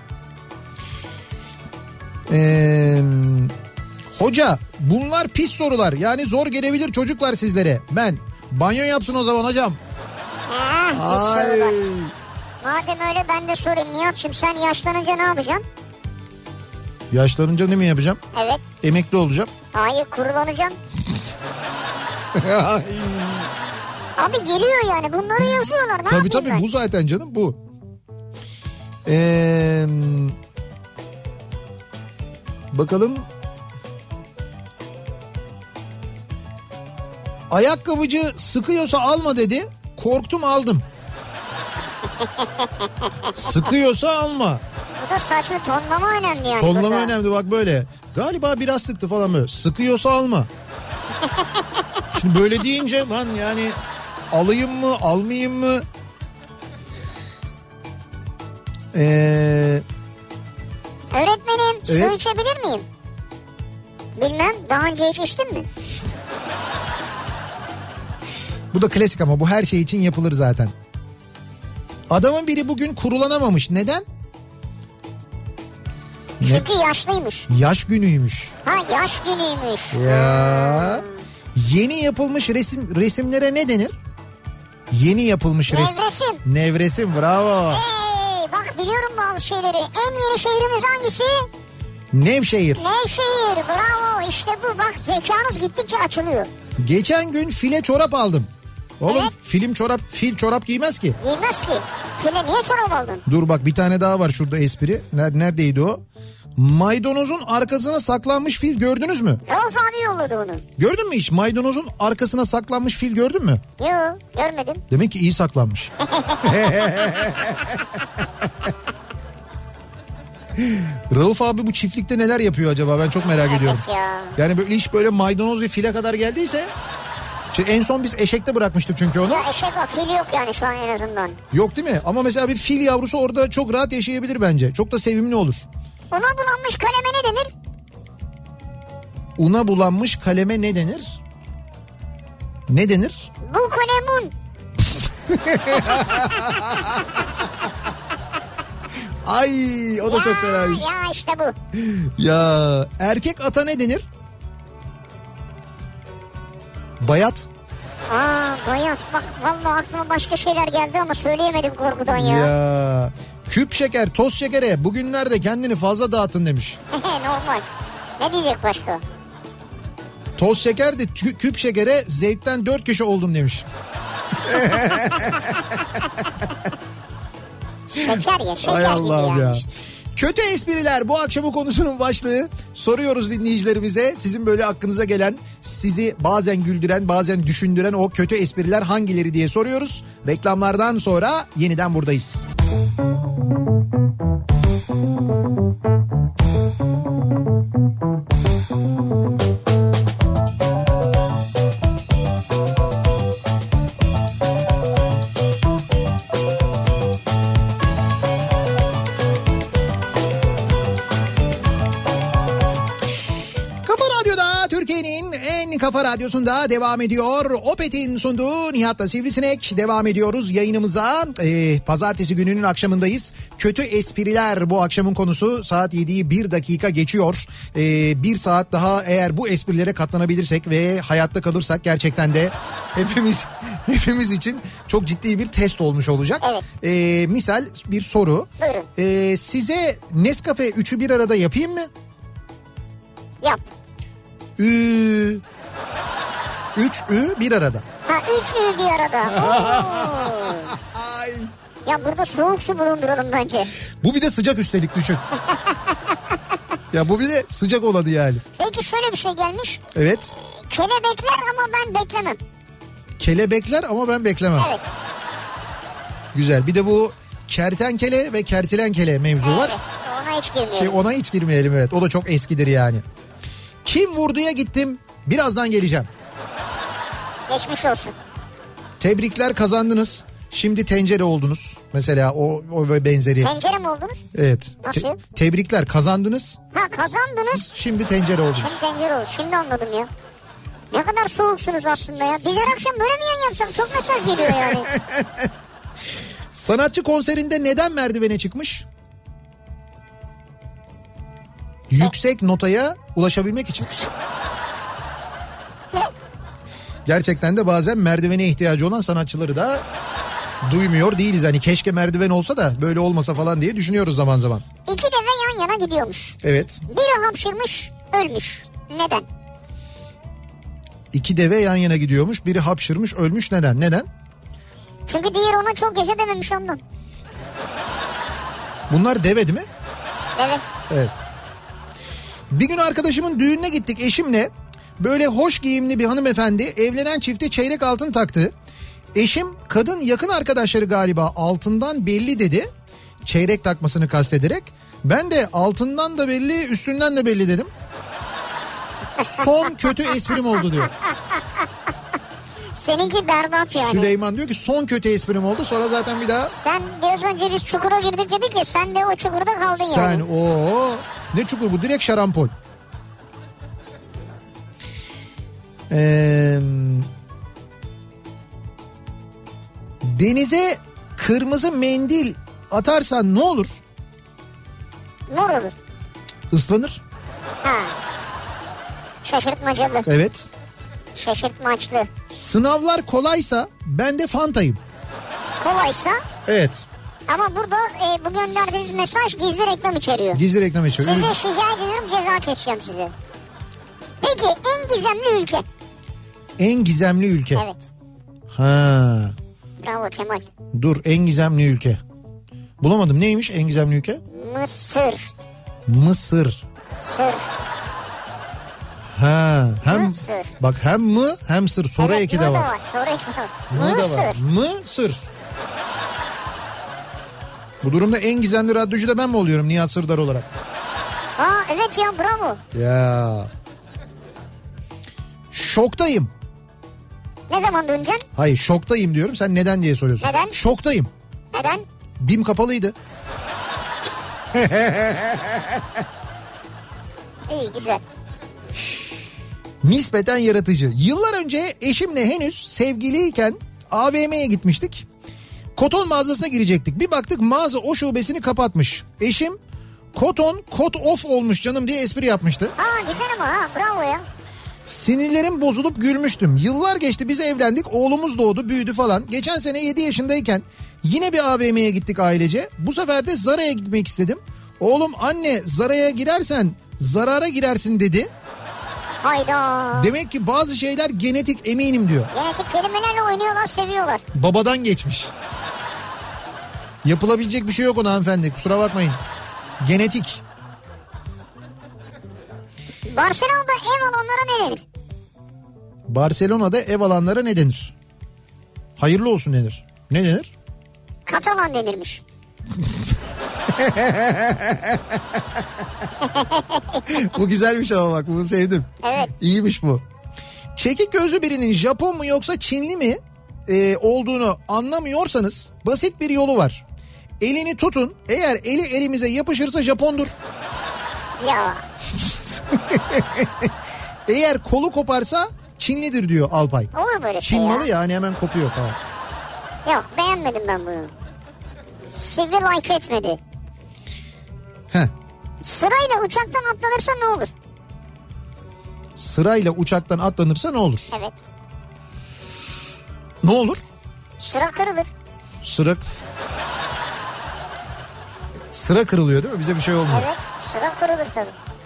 Ee, hoca bunlar pis sorular. Yani zor gelebilir çocuklar sizlere. Ben banyo yapsın o zaman hocam. Heh, bir Ay. soru var. Madem öyle ben de sorayım Nihat'cığım, sen yaşlanınca ne yapacaksın? Yaşlanınca ne mi yapacağım? Evet. Emekli olacağım. Hayır, kurulanacaksın. Abi geliyor yani, bunları yazıyorlar. Ne Tabii yapayım tabii ben? bu zaten canım bu. Ee, bakalım. Ayakkabıcı sıkıyorsa alma dedi. Korktum aldım. Sıkıyorsa alma. Bu da saçma, tonlama önemli yani. Tonlama burada. önemli bak böyle. Galiba biraz sıktı falan böyle. Sıkıyorsa alma. Şimdi böyle deyince lan yani alayım mı almayayım mı? Ee, Öğretmenim Evet. su içebilir miyim? Bilmem, daha önce hiç içtin mi? bu da klasik ama bu her şey için yapılır zaten. Adamın biri bugün kurulanamamış. Neden? Ne? Çünkü yaşlıymış. Yaş günüymüş. Ha, yaş günüymüş. Ya. Yeni yapılmış resim resimlere ne denir? Yeni yapılmış resim. Nevresim. Nevresim bravo. Hey, bak biliyorum bazı şeyleri. En yeni şehrimiz hangisi? Nevşehir. Nevşehir, bravo. İşte bu, bak zekanız gittikçe açılıyor. Geçen gün file çorap aldım. Oğlum Evet. film çorap, fil çorap giymez ki. Giymez ki. File niye çorap aldın? Dur bak bir tane daha var şurada espri. Nerede, neredeydi o? Maydanozun arkasına saklanmış fil gördünüz mü? Rauf abi yolladı onu. Gördün mü hiç? Maydanozun arkasına saklanmış fil gördün mü? Yok görmedim. Demek ki iyi saklanmış. Rauf abi bu çiftlikte neler yapıyor acaba, ben çok merak Evet ediyorum. ya. Yani böyle iş böyle maydanoz ve file kadar geldiyse. Şimdi en son biz eşekte bırakmıştık çünkü onu. Ya eşek var, fil yok yani şu an en azından. Yok değil mi? Ama mesela bir fil yavrusu orada çok rahat yaşayabilir bence. Çok da sevimli olur. Una bulanmış kaleme ne denir? Una bulanmış kaleme ne denir? Ne denir? Bu kalemun. Ay o da ya, çok fenaymış. Ya işte bu. Ya erkek ata ne denir? Bayat. Aa bayat, bak vallahi aklıma başka şeyler geldi ama söyleyemedim korkudan ya. Ya küp şeker, toz şekere bugünlerde kendini fazla dağıtın demiş. Normal. Ne diyecek başka? Toz şeker de tü- küp şekere zevkten dört kişi oldum demiş. Şeker ya, şeker Hay Allah'ım gibi ya. yani işte. Kötü espriler bu akşamın konusunun başlığı. Soruyoruz dinleyicilerimize, sizin böyle aklınıza gelen, sizi bazen güldüren bazen düşündüren o kötü espriler hangileri diye soruyoruz. Reklamlardan sonra yeniden buradayız. Kafa Radyosu'nda devam ediyor. Opet'in sunduğu Nihat'la Sivrisinek devam ediyoruz yayınımıza. Ee, pazartesi gününün akşamındayız. Kötü espriler bu akşamın konusu. Saat yediyi bir dakika geçiyor. Ee, bir saat daha eğer bu esprilere katlanabilirsek ve hayatta kalırsak gerçekten de hepimiz hepimiz için çok ciddi bir test olmuş olacak. Evet. Ee, misal bir soru. Buyurun. Ee, size Nescafe üçü bir arada yapayım mı? Yap. Ü Üç ü bir arada. Ha üç ü bir arada. Ay. Ya burada soğuk su bulunduralım bence. Bu bir de sıcak üstelik düşün. Ya bu bir de sıcak olanı yani. Peki şöyle bir şey gelmiş. Evet. Kelebekler ama ben beklemem. Kelebekler ama ben beklemem. Evet. Güzel. Bir de bu kertenkele ve kertilenkele mevzu var. Evet. Ona hiç girmeyelim. Şey, ona hiç girmeyelim evet. O da çok eskidir yani. Kim vurduya gittim? Birazdan geleceğim. Geçmiş olsun. Tebrikler, kazandınız. Şimdi tencere oldunuz. Mesela o, o ve benzeri. Tencere mi oldunuz? Evet. Nasıl? Te- tebrikler, kazandınız. Ha kazandınız. Şimdi tencere oldunuz. Şimdi tencere oldu. Şimdi anladım ya. Ne kadar soğuksunuz aslında ya. Biz her akşam böyle mi yayın yapsak? Çok mesaj geliyor yani. Sanatçı konserinde neden merdivene çıkmış? Yüksek notaya ulaşabilmek için. Gerçekten de bazen merdivene ihtiyacı olan sanatçıları da duymuyor değiliz. Hani keşke merdiven olsa da böyle olmasa falan diye düşünüyoruz zaman zaman. İki deve yan yana gidiyormuş. Evet. Biri hapşırmış, ölmüş. Neden? İki deve yan yana gidiyormuş. Biri hapşırmış, ölmüş. Neden? Neden? Çünkü diğeri ona çok yaşa dememiş ondan. Bunlar deve değil mi? Evet. Evet. Bir gün arkadaşımın düğününe gittik eşimle. Böyle hoş giyimli bir hanımefendi evlenen çifte çeyrek altın taktı. Eşim kadın yakın arkadaşları galiba altından belli dedi. Çeyrek takmasını kastederek. Ben de altından da belli, üstünden de belli dedim. Son kötü esprim oldu diyor. Seninki berbat yani. Süleyman diyor ki son kötü esprim oldu, sonra zaten bir daha. Sen biraz önce biz çukura girdik dedik ya, sen de o çukurda kaldın Sen yani. o ne çukur bu, direkt şarampol. Ee, denize kırmızı mendil atarsan ne olur? Mor olur. Islanır. Ha. Şaşırtmacalı. Evet. Şaşırtmaçlı. Sınavlar kolaysa ben de Fanta'yım. Kolaysa. Evet. Ama burada e, bu gönderdiğiniz mesaj gizli reklam içeriyor. Gizli reklam içeriyor. Size şikayet ediyorum, ceza keseceğim size. Peki en gizemli ülke? En gizemli ülke. Evet. Ha. Bravo Kemal. Dur, en gizemli ülke. Bulamadım. Neymiş en gizemli ülke? Mısır. Mısır. Sır. Ha, hem Mısır. bak hem mı hem sır. Soru evet, eki de var. var. Soru eki de var. Mı da var. Mısır. Bu durumda en gizemli radyocu da ben mi oluyorum Nihat Sırdar olarak? Aa evet ya, bravo. Ya. Şoktayım. Ne zaman döneceksin? Hayır, şoktayım diyorum. Sen neden diye soruyorsun. Neden? Şoktayım. Neden? BİM kapalıydı. İyi, güzel. Nispeten yaratıcı. Yıllar önce eşimle henüz sevgiliyken A V M'ye gitmiştik. Koton mağazasına girecektik. Bir baktık mağaza o şubesini kapatmış. Eşim koton kot off olmuş canım diye espri yapmıştı. Aa güzel ama ha, bravo ya. Sinirlerim bozulup gülmüştüm. Yıllar geçti, biz evlendik, oğlumuz doğdu, büyüdü falan. Geçen sene yedi yaşındayken yine bir A V M'ye gittik ailece. Bu sefer de Zara'ya gitmek istedim. Oğlum anne Zara'ya girersen zarara girersin dedi. Hayda. Demek ki bazı şeyler genetik, eminim diyor. Genetik kelimelerle oynuyorlar, seviyorlar. Babadan geçmiş. Yapılabilecek bir şey yok ona hanımefendi, kusura bakmayın. Genetik. Barcelona'da ev alanlara ne denir? Barcelona'da ev alanlara ne denir? Hayırlı olsun denir. Ne denir? Katalan denirmiş. Bu güzelmiş ama bak, bunu sevdim. Evet. İyiymiş bu. Çekik gözlü birinin Japon mu yoksa Çinli mi e, olduğunu anlamıyorsanız basit bir yolu var. Elini tutun, eğer eli elimize yapışırsa Japondur. Ya. Eğer kolu koparsa Çinlidir diyor Alpay. Olur böyle şey Çin ya. malı ya, hani hemen kopuyor falan. Yok, beğenmedim ben bunu. Sivri like etmedi. Heh. Sırayla uçaktan atlanırsa ne olur? Sırayla uçaktan atlanırsa ne olur? Evet. Ne olur? Sıra kırılır. Sıra... Sıra kırılıyor değil mi? Bize bir şey olmuyor. Evet, sıra kırılır tabii.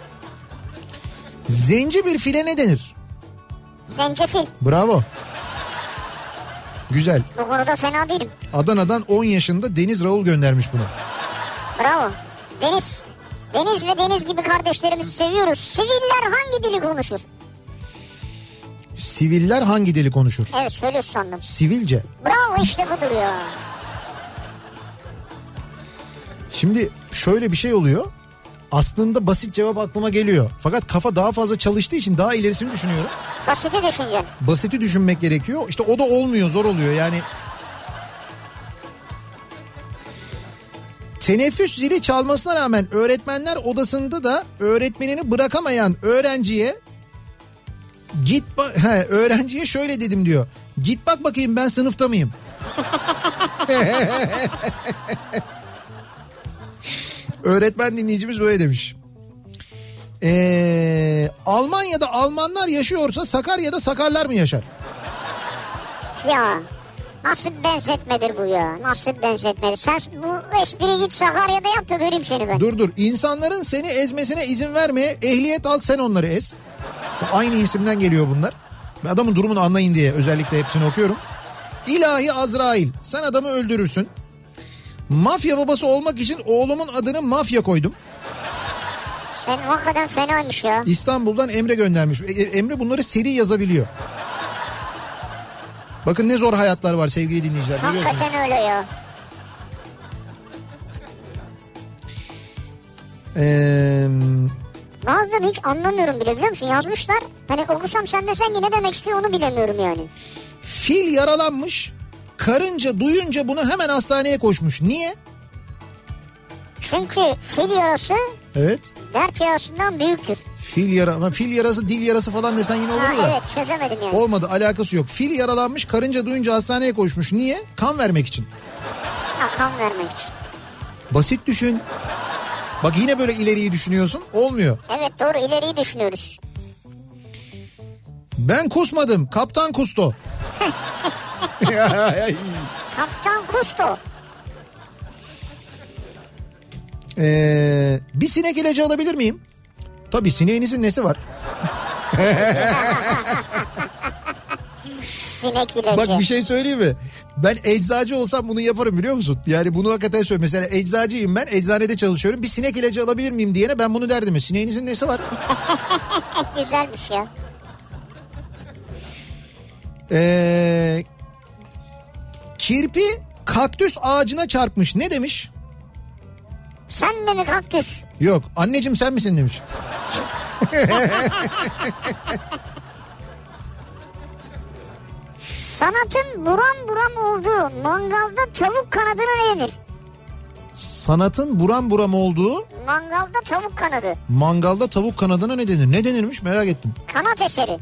Zenci bir file ne denir? Zencefil. Bravo. Güzel. Bu konuda fena değilim. Adana'dan on yaşında Deniz Raul göndermiş bunu. Bravo. Deniz. Deniz ve Deniz gibi kardeşlerimizi seviyoruz. Siviller hangi dili konuşur? Siviller hangi dili konuşur? Evet, söylüyorsun sandım. Sivilce. Bravo, işte budur ya. Şimdi şöyle bir şey oluyor. Aslında basit cevap aklıma geliyor. Fakat kafa daha fazla çalıştığı için daha ilerisini düşünüyorum. Basiti düşüneceksin. Basiti düşünmek gerekiyor. İşte o da olmuyor, zor oluyor yani. Teneffüs zili çalmasına rağmen öğretmenler odasında da öğretmenini bırakamayan öğrenciye git ba- he, öğrenciye şöyle dedim diyor. Git bak bakayım ben sınıfta mıyım? Öğretmen dinleyicimiz böyle demiş. Ee, Almanya'da Almanlar yaşıyorsa Sakarya'da Sakarlar mı yaşar? Ya nasıl bir benzetmedir bu ya? Nasıl bir benzetmedir? Sen bu espriyi git Sakarya'da yap da göreyim seni ben. Dur dur. İnsanların seni ezmesine izin vermeye ehliyet al, sen onları ez. Aynı isimden geliyor bunlar. Adamın durumunu anlayın diye özellikle hepsini okuyorum. İlahi Azrail, sen adamı öldürürsün. Mafya babası olmak için oğlumun adını Mafya koydum. Sen hakikaten fenaymış ya. İstanbul'dan Emre göndermiş. E, Emre bunları seri yazabiliyor. Bakın ne zor hayatlar var sevgili dinleyiciler. Hakikaten öyle ya. Eee... Bazılarını hiç anlamıyorum bile, biliyor musun? Yazmışlar. Hani okusam sen desen ki ne demek istiyor onu bilemiyorum yani. Fil yaralanmış. Karınca duyunca bunu hemen hastaneye koşmuş. Niye? Çünkü fil yarası Evet. dert yarasından büyüktür. Fil yara, fil yarası, dil yarası falan desen yine olur Ha, da. evet, çözemedim yani. Olmadı, alakası yok. Fil yaralanmış, karınca duyunca hastaneye koşmuş. Niye? Kan vermek için. Ha, kan vermek için. Basit düşün. Bak yine böyle ileriyi düşünüyorsun. Olmuyor. Evet, doğru, ileriyi düşünüyoruz. Ben kusmadım. Kaptan kusto. Kaptan Kusto. Ee, bir sinek ilacı alabilir miyim? Tabii, sineğinizin nesi var? Sinek ilacı. Bak bir şey söyleyeyim mi? Ben eczacı olsam bunu yaparım biliyor musun? Yani bunu hakikaten söylüyorum. Mesela eczacıyım ben, eczanede çalışıyorum. Bir sinek ilacı alabilir miyim diyene ben bunu derdim. Sineğinizin nesi var? Güzelmiş ya. Ee, kirpi kaktüs ağacına çarpmış. Ne demiş? Sen de mi kaktüs? Yok, anneciğim sen misin demiş. Sanatın buram buram olduğu mangalda tavuk kanadına ne denir? Sanatın buram buram olduğu Mangalda tavuk kanadı. mangalda tavuk kanadına ne denir? Ne denirmiş merak ettim. Kanat eseri.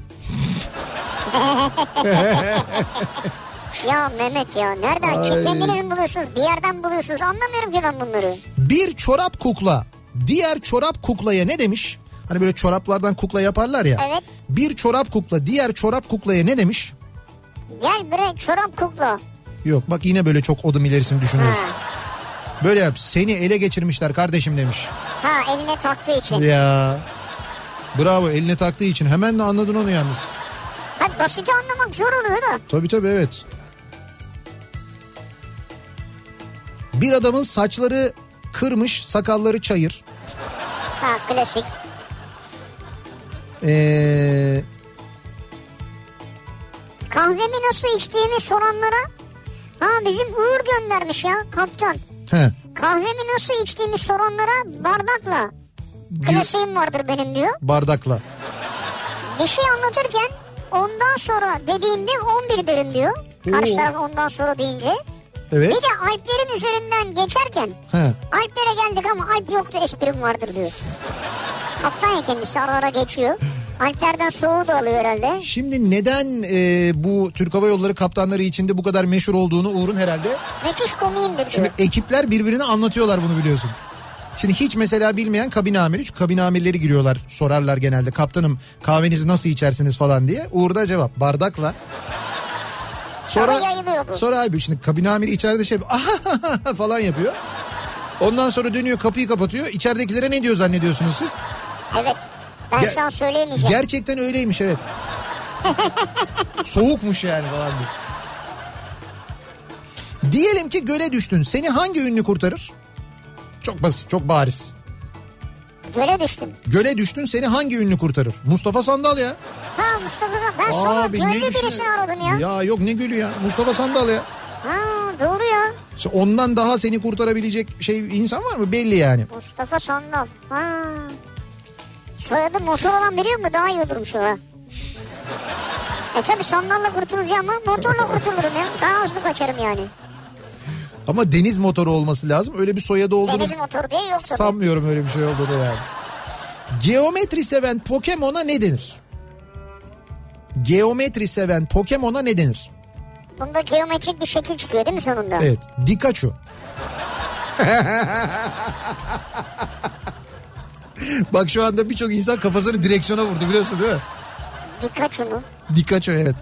Ya Mehmet ya nereden? Ay. Kendiniz mi buluyorsunuz? Bir yerden buluyorsunuz. Anlamıyorum ki ben bunları. Bir çorap kukla diğer çorap kuklaya ne demiş? Hani böyle çoraplardan kukla yaparlar ya. Evet. Bir çorap kukla diğer çorap kuklaya ne demiş? Gel bre çorap kukla. Yok bak yine böyle çok odum ilerisini düşünüyorsun. Ha. Böyle yap, seni ele geçirmişler kardeşim demiş. Ha eline taktığı için. Ya bravo, eline taktığı için hemen de anladın onu yalnız. Ha basiti anlamak zor oluyor da. Tabii tabii evet. Bir adamın saçları kırmış, sakalları çayır. Ha klasik. Ee, Kahvemi nasıl içtiğimi soranlara. Ha bizim Uğur göndermiş ya kaptan. he. Kahvemi nasıl içtiğimi soranlara bardakla. Klasiğim vardır benim diyor. Bardakla. Bir şey anlatırken ondan sonra dediğinde on bir derim diyor. Karşı Oo. taraf ondan sonra deyince. Evet. Bir de Alplerin üzerinden geçerken He. Alplere geldik ama Alp yoktu esprim vardır diyor. Kaptan ya kendisi ara ara geçiyor. Alplerden soğuğu da alıyor herhalde. Şimdi neden e, bu Türk Hava Yolları kaptanları içinde bu kadar meşhur olduğunu Uğur'un herhalde. Müthiş komiğimdir diyor. Şimdi ekipler birbirine anlatıyorlar bunu biliyorsun. Şimdi hiç mesela bilmeyen kabin amiri, çünkü kabin amirleri giriyorlar, sorarlar genelde kaptanım kahvenizi nasıl içersiniz falan diye. Uğur da cevap bardakla. Sonra yayılıyor bu. Sonra abi şimdi kabin amiri içeride şey falan yapıyor. Ondan sonra dönüyor kapıyı kapatıyor. İçeridekilere ne diyor zannediyorsunuz siz? Evet. Ben Ger- şu an söyleyemeyeceğim. Gerçekten öyleymiş evet. Soğukmuş yani falan diye. Diyelim ki göle düştün. Seni hangi ünlü kurtarır? Çok basit, çok bariz. Göle düştüm. Göle düştün, seni hangi ünlü kurtarır? Mustafa Sandal ya. Ha Mustafa Sandal. Ben sonra Abi, ne göllü birisini düşünüyorsun? aradım ya. Ya yok ne gülü ya. Mustafa Sandal ya. Ha doğru ya. İşte ondan daha seni kurtarabilecek şey insan var mı? Belli yani. Mustafa Sandal. Ha. Soyadı motor olan biliyor mu? Daha iyi olurmuş o ha. E tabi sandalla kurtulacağım ama motorla kurtulurum ya. Daha hızlı kaçarım yani. Ama deniz motoru olması lazım. Öyle bir soyadı olduğunu Deniz motoru diye yok tabii. sanmıyorum, öyle bir şey olduğunu yani. Geometri seven Pokemon'a ne denir? Geometri seven Pokemon'a ne denir? Bunda geometrik bir şekil çıkıyor değil mi sonunda? Evet, Pikachu. Bak şu anda birçok insan kafasını direksiyona vurdu biliyorsun değil mi? Pikachu mu? Pikachu evet.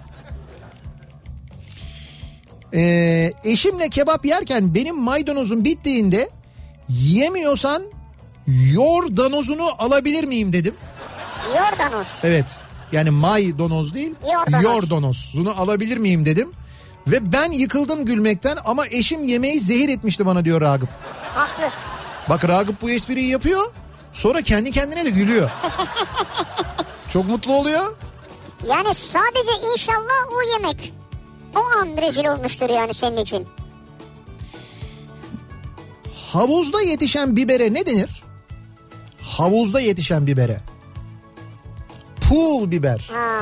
Ee, eşimle kebap yerken benim maydanozum bittiğinde yemiyorsan yordanozunu alabilir miyim dedim. Yordanos. Evet, yani maydanoz değil Yordanos. yordanozunu alabilir miyim dedim. Ve ben yıkıldım gülmekten ama eşim yemeği zehir etmişti bana diyor Ragıp. Haklı. Bak Ragıp bu espriyi yapıyor, sonra kendi kendine de gülüyor. Çok mutlu oluyor. Yani sadece inşallah o yemek. O an rezil olmuştur yani senin için. Havuzda yetişen bibere ne denir? Havuzda yetişen bibere. Pool biber. Ha.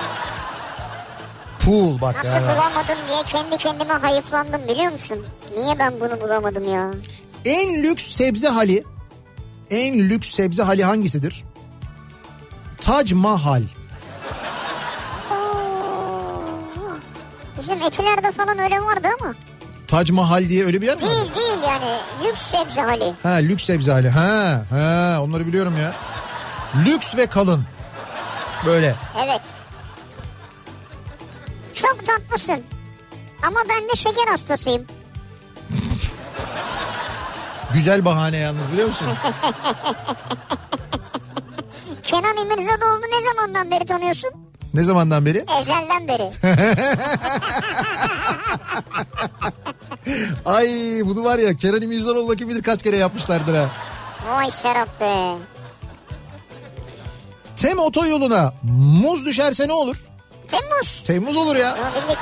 Pool bak. Nasıl yani. bulamadım diye kendi kendime hayıflandım biliyor musun? Niye ben bunu bulamadım ya? En lüks sebze hali. En lüks sebze hali hangisidir? Taj Mahal. Bizim Etiler'de falan öyle vardı ama. Taj Mahal diye öyle bir yer mi var? Değil değil yani lüks sebze hali. Ha, lüks sebze hali. Ha, ha, onları biliyorum ya. Lüks ve kalın. Böyle. Evet. Çok tatlısın. Ama ben de şeker hastasıyım. Güzel bahane yalnız biliyor musun? Kenan İmirzalıoğlu ne zamandan beri tanıyorsun? Ne zamandan beri? Ezelden beri. Ay bunu var ya Kenan İmirzalıoğlu kim bilir kaç kere yapmışlardır ha. Vay Serap be. Tem otoyoluna muz düşerse ne olur? Temmuz. Temmuz olur ya. Ama bildik.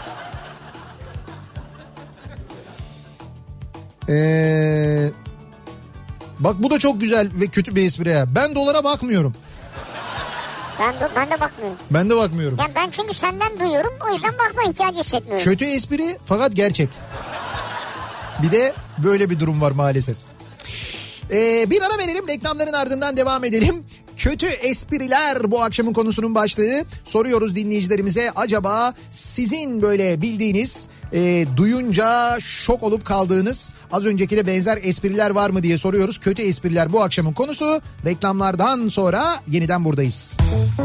Ee, bak bu da çok güzel ve kötü bir espri ya. Ben dolara bakmıyorum. Ben de, ben de bakmıyorum. Ben de bakmıyorum. Yani ben çünkü senden duyuyorum, o yüzden bakma ihtiyacı hissetmiyorum. Kötü espri fakat gerçek. Bir de böyle bir durum var maalesef. Ee, bir ara verelim, reklamların ardından devam edelim. Kötü espriler bu akşamın konusunun başlığı. Soruyoruz dinleyicilerimize, acaba sizin böyle bildiğiniz, e, duyunca şok olup kaldığınız az öncekine benzer espriler var mı diye soruyoruz. Kötü espriler bu akşamın konusu. Reklamlardan sonra yeniden buradayız.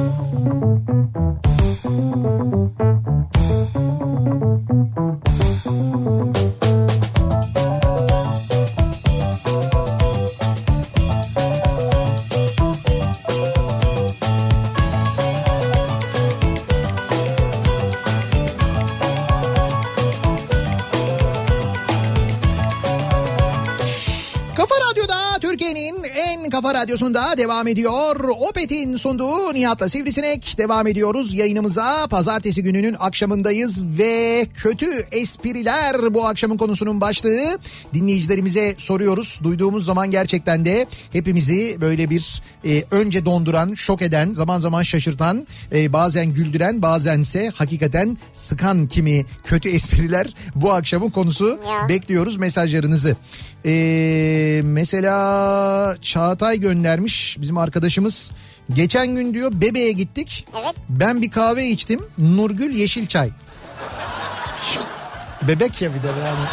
Kafa Radyosu'nda devam ediyor. Opet'in sunduğu Nihat'la Sivrisinek devam ediyoruz yayınımıza. Pazartesi gününün akşamındayız ve kötü espriler bu akşamın konusunun başlığı. Dinleyicilerimize soruyoruz. Duyduğumuz zaman gerçekten de hepimizi böyle bir e, önce donduran, şok eden, zaman zaman şaşırtan, e, bazen güldüren, bazense hakikaten sıkan kimi kötü espriler bu akşamın konusu. Ya. Bekliyoruz mesajlarınızı. Ee, mesela Çağatay göndermiş bizim arkadaşımız. Geçen gün diyor Bebe'ye gittik. Evet. Ben bir kahve içtim. Nurgül yeşil çay. Bebek ya bir de yani.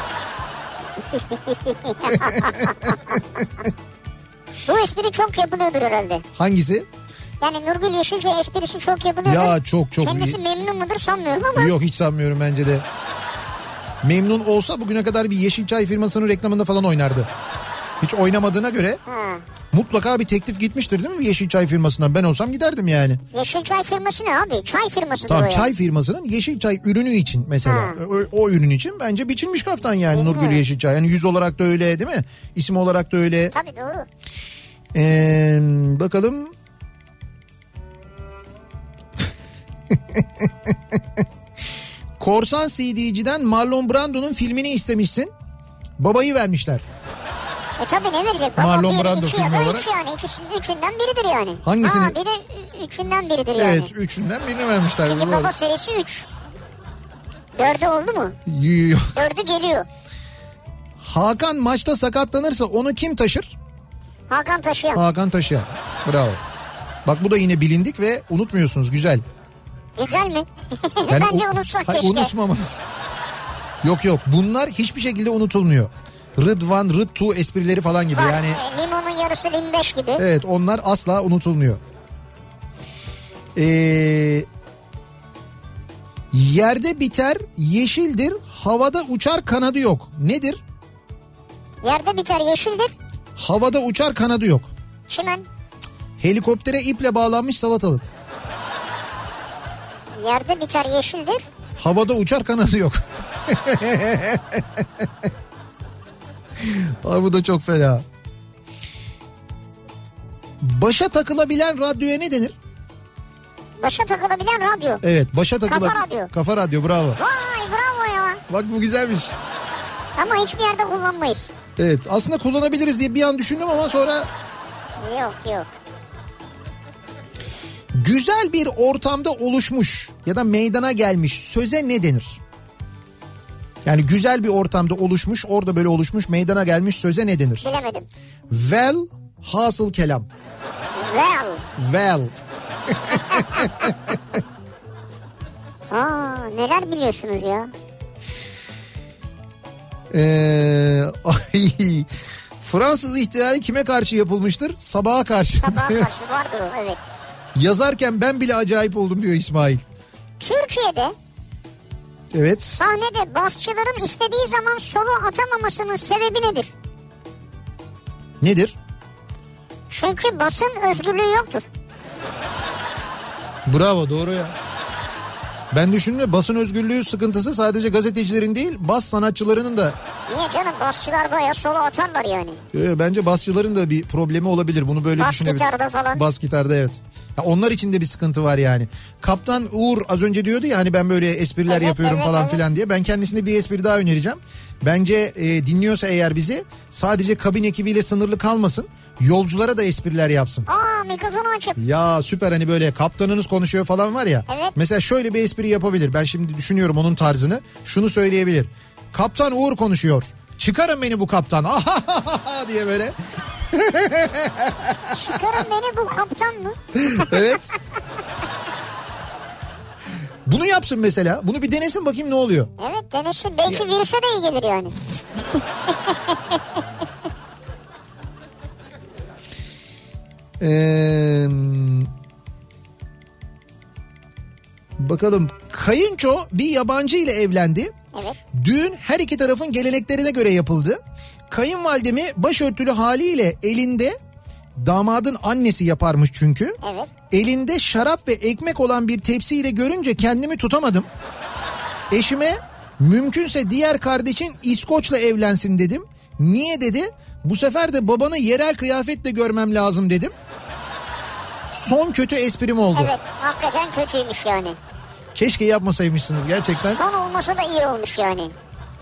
Bu espri çok yapılıyordur herhalde. Hangisi? Yani Nurgül Yeşilçay esprisi çok yapılıyordur. Ya çok çok. Kendisi memnun mudur sanmıyorum ama. Yok hiç sanmıyorum bence de. Memnun olsa bugüne kadar bir Yeşilçay firmasının reklamında falan oynardı. Hiç oynamadığına göre ha. Mutlaka bir teklif gitmiştir değil mi Yeşilçay firmasından? Ben olsam giderdim yani. Yeşilçay firması ne abi? Çay firması. Tamam, o çay yani. Firmasının Yeşilçay ürünü için mesela. O, o ürün için bence biçilmiş kaftan yani değil Nurgül mi? Yeşilçay. Yani yüz olarak da öyle değil mi? İsim olarak da öyle. Tabii doğru. Ee, bakalım. Korsan C D'ciden Marlon Brando'nun filmini istemişsin. Babayı vermişler. E tabii ne verecek? Baba Marlon bir, Brando iki, filmi üç olarak. Yani ikisinin üçünden biridir yani. Hangisini? Ha, bir de üçünden biridir yani. Evet üçünden birini vermişler. Çünkü bunlar. Baba serisi üç. Dördü oldu mu? Yok. Dördü geliyor. Hakan maçta sakatlanırsa onu kim taşır? Hakan taşıyan. Hakan taşıyan. Bravo. Bak bu da yine bilindik ve unutmuyorsunuz. Güzel. Güzel mi? Yani Bence unutsak keşke. Unutmamamız. Yok yok bunlar hiçbir şekilde unutulmuyor. Rıdvan, Rıdtu esprileri falan gibi. Var, yani. E, limonun yarısı lim beş gibi. Evet onlar asla unutulmuyor. Ee, yerde biter, yeşildir, havada uçar kanadı yok. Nedir? Yerde biter yeşildir. Havada uçar kanadı yok. Çimen. Helikoptere iple bağlanmış salatalık. Yerde biter yeşildir. Havada uçar kanadı yok. Ay bu da çok fena. Başa takılabilen radyoya ne denir? Başa takılabilen radyo. Evet başa takılabilen. Kafa radyo. Kafa radyo bravo. Vay bravo ya. Bak bu güzelmiş. Ama hiçbir yerde kullanmayız. Evet aslında kullanabiliriz diye bir an düşündüm ama sonra. Yok yok. Güzel bir ortamda oluşmuş ya da meydana gelmiş söze ne denir? Yani güzel bir ortamda oluşmuş, orada böyle oluşmuş, meydana gelmiş söze ne denir? Bilemedim. Well, hasıl kelam. Well. Well. Aa, neler biliyorsunuz ya? Ee, ay, Fransız ihtilali kime karşı yapılmıştır? Sabaha karşı. Sabaha karşı vardır o, evet. Yazarken ben bile acayip oldum diyor İsmail. Türkiye'de evet. Sahnede basçıların istediği zaman solo atamamasının sebebi nedir? Nedir? Çünkü basın özgürlüğü yoktur. Bravo, doğru ya. Ben düşündüm, basın özgürlüğü sıkıntısı sadece gazetecilerin değil, bas sanatçılarının da. Niye canım, basçılar bayağı solo atarlar yani. Bence basçıların da bir problemi olabilir, bunu böyle bas düşünebilir. Bas gitarda falan. Bas gitarda, evet. Ya onlar için de bir sıkıntı var yani. Kaptan Uğur az önce diyordu ya hani ben böyle espriler evet, yapıyorum evet, falan evet. filan diye. Ben kendisine bir espri daha önereceğim. Bence e, dinliyorsa eğer bizi, sadece kabin ekibiyle sınırlı kalmasın. Yolculara da espriler yapsın. Aa, mikrofonu açıp. Ya süper, hani böyle kaptanınız konuşuyor falan var ya. Evet. Mesela şöyle bir espri yapabilir. Ben şimdi düşünüyorum onun tarzını. Şunu söyleyebilir. Kaptan Uğur konuşuyor. Çıkarın beni bu kaptan. diye böyle. Çıkarın beni bu kaptan mı? Evet. Bunu yapsın mesela. Bunu bir denesin bakayım ne oluyor. Evet, denesin. Belki virüse de iyi gelir yani. Ee, bakalım, kayınço bir yabancı ile evlendi. Evet. Düğün her iki tarafın geleneklerine göre yapıldı. Kayınvalidemi başörtülü haliyle elinde, damadın annesi yaparmış çünkü. Evet. Elinde şarap ve ekmek olan bir tepsiyle görünce kendimi tutamadım. Eşime mümkünse diğer kardeşin İskoç'la evlensin dedim. Niye dedi? Bu sefer de babanı yerel kıyafetle görmem lazım dedim. Son kötü esprim oldu. Evet, hakikaten kötüymüş yani. Keşke yapmasaymışsınız gerçekten. Son olmasa da iyi olmuş yani.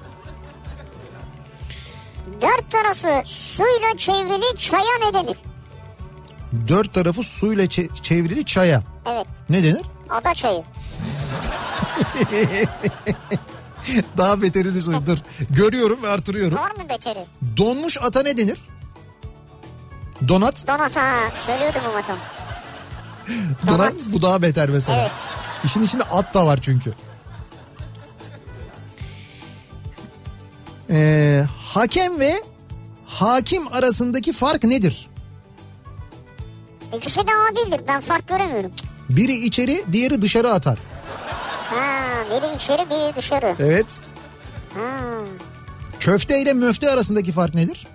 Dört tarafı suyla çevrili çaya ne denir? Dört tarafı suyla çe- çevrili çaya. Evet. Ne denir? Ada çayı. Daha beterini söyleyeyim, dur. Görüyorum ve artırıyorum. Var mı beteri? Donmuş ata ne denir? Donat. Donat, ha. Söylüyordum ama tam. Donat. Bu daha beter mesela. Evet. İşin içinde at da var çünkü. Ee, hakem ve hakim arasındaki fark nedir? İkisi de adildir. Ben fark göremiyorum. Biri içeri, diğeri dışarı atar. Ha, biri içeri, biri dışarı. Evet. Ha. Köfte ile müfte arasındaki fark nedir?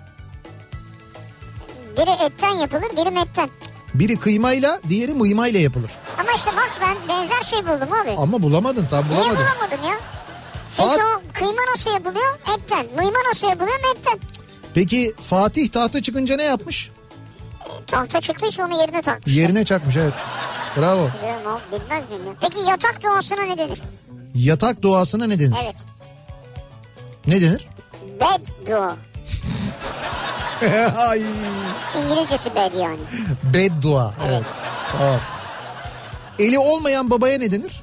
Biri etten yapılır, biri metten. Biri kıymayla, diğeri mıymayla yapılır. Ama işte bak, ben benzer şey buldum abi. Ama bulamadın, tam Niye bulamadın. bulamadım ya? Peki Fat- o kıyma nasıl yapılıyor? Etten. Mıyma nasıl yapılıyor? Metten. Peki Fatih tahta çıkınca ne yapmış? Tahta çıktıysa onu yerine takmış. Yerine çakmış, evet. Bravo. Biliyorum abi, bilmez miyim ya? Peki yatak duasına ne denir? Yatak duasına ne denir? Evet. Ne denir? Bed dua. Ay. İngilizcesi bed yani. Beddua. Evet. evet. Tamam. Eli olmayan babaya ne denir?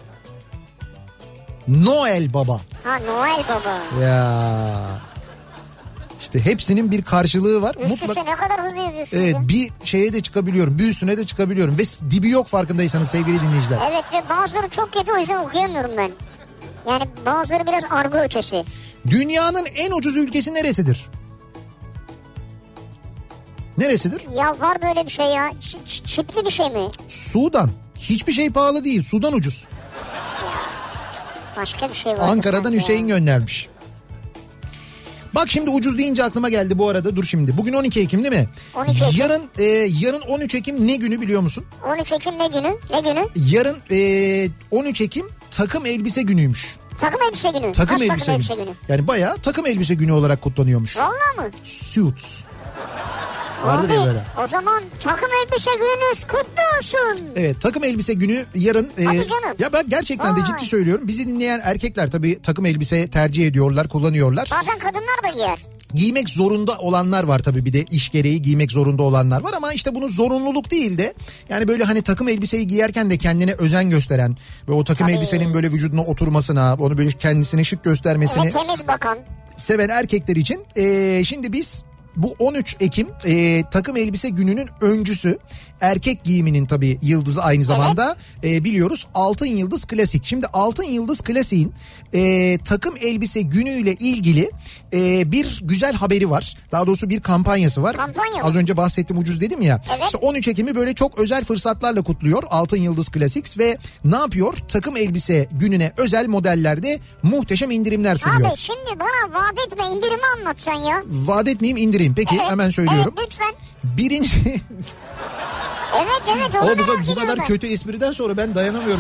Noel Baba. Ha, Noel Baba. Ya. İşte hepsinin bir karşılığı var. Üst üste Mutlak... ne kadar hızlı yazıyorsunuz Evet, ya. bir şeye de çıkabiliyorum. Bir üstüne de çıkabiliyorum. Ve dibi yok farkındaysanız sevgili dinleyiciler. Evet, ve bazıları çok kötü, o yüzden okuyamıyorum ben. Yani bazıları biraz argo ötesi. Dünyanın en ucuz ülkesi neresidir? Neresidir? Ya var da öyle bir şey ya. Ç- ç- çipli bir şey mi? Sudan. Hiçbir şey pahalı değil. Sudan ucuz. Başka bir şey var. Ankara'dan Hüseyin göndermiş. Bak şimdi ucuz deyince aklıma geldi bu arada. Dur şimdi. Bugün on iki Ekim değil mi? on iki Ekim. Yarın e, yarın on üç Ekim ne günü biliyor musun? on üç Ekim ne günü? Ne günü? Yarın e, on üç Ekim takım elbise günüymüş. Takım elbise günü. Takım Nasıl elbise, takım elbise günü. günü? Yani bayağı takım elbise günü olarak kutlanıyormuş. Vallahi mı? Suits. Vardır Abi, ya böyle. o zaman takım elbise gününüz kutlu olsun. Evet, takım elbise günü yarın. E, Hadi canım. ya ben gerçekten de Vay. ciddi söylüyorum. Bizi dinleyen erkekler tabii takım elbise tercih ediyorlar, kullanıyorlar. Bazen kadınlar da giyer. Giymek zorunda olanlar var tabii, bir de iş gereği giymek zorunda olanlar var ama işte bunu zorunluluk değil de yani böyle hani takım elbiseyi giyerken de kendine özen gösteren ve o takım Tabii. elbisenin böyle vücuduna oturmasına, onu böyle kendisine şık göstermesini Ve temiz bakan. seven erkekler için ee, şimdi biz bu on üç Ekim e, takım elbise gününün öncüsü, erkek giyiminin tabii yıldızı aynı zamanda e, biliyoruz Altın Yıldız Klasik. Şimdi Altın Yıldız Klasik'in e, takım elbise günüyle ilgili e, bir güzel haberi var. Daha doğrusu bir kampanyası var. Kampanya mı? Az önce bahsettim, ucuz dedim ya. Evet. İşte on üç Ekim'i böyle çok özel fırsatlarla kutluyor Altın Yıldız Klasik ve ne yapıyor? Takım elbise gününe özel modellerde muhteşem indirimler sunuyor. Abi şimdi bana vaat etme, indirimi anlat sen ya. Vaat etmeyeyim, indireyim. Peki Evet, hemen söylüyorum. Evet, lütfen. Birinci Evet evet onu Ama bu, merak kadar- bu ediyorum kadar ben. kötü espriden sonra ben dayanamıyorum.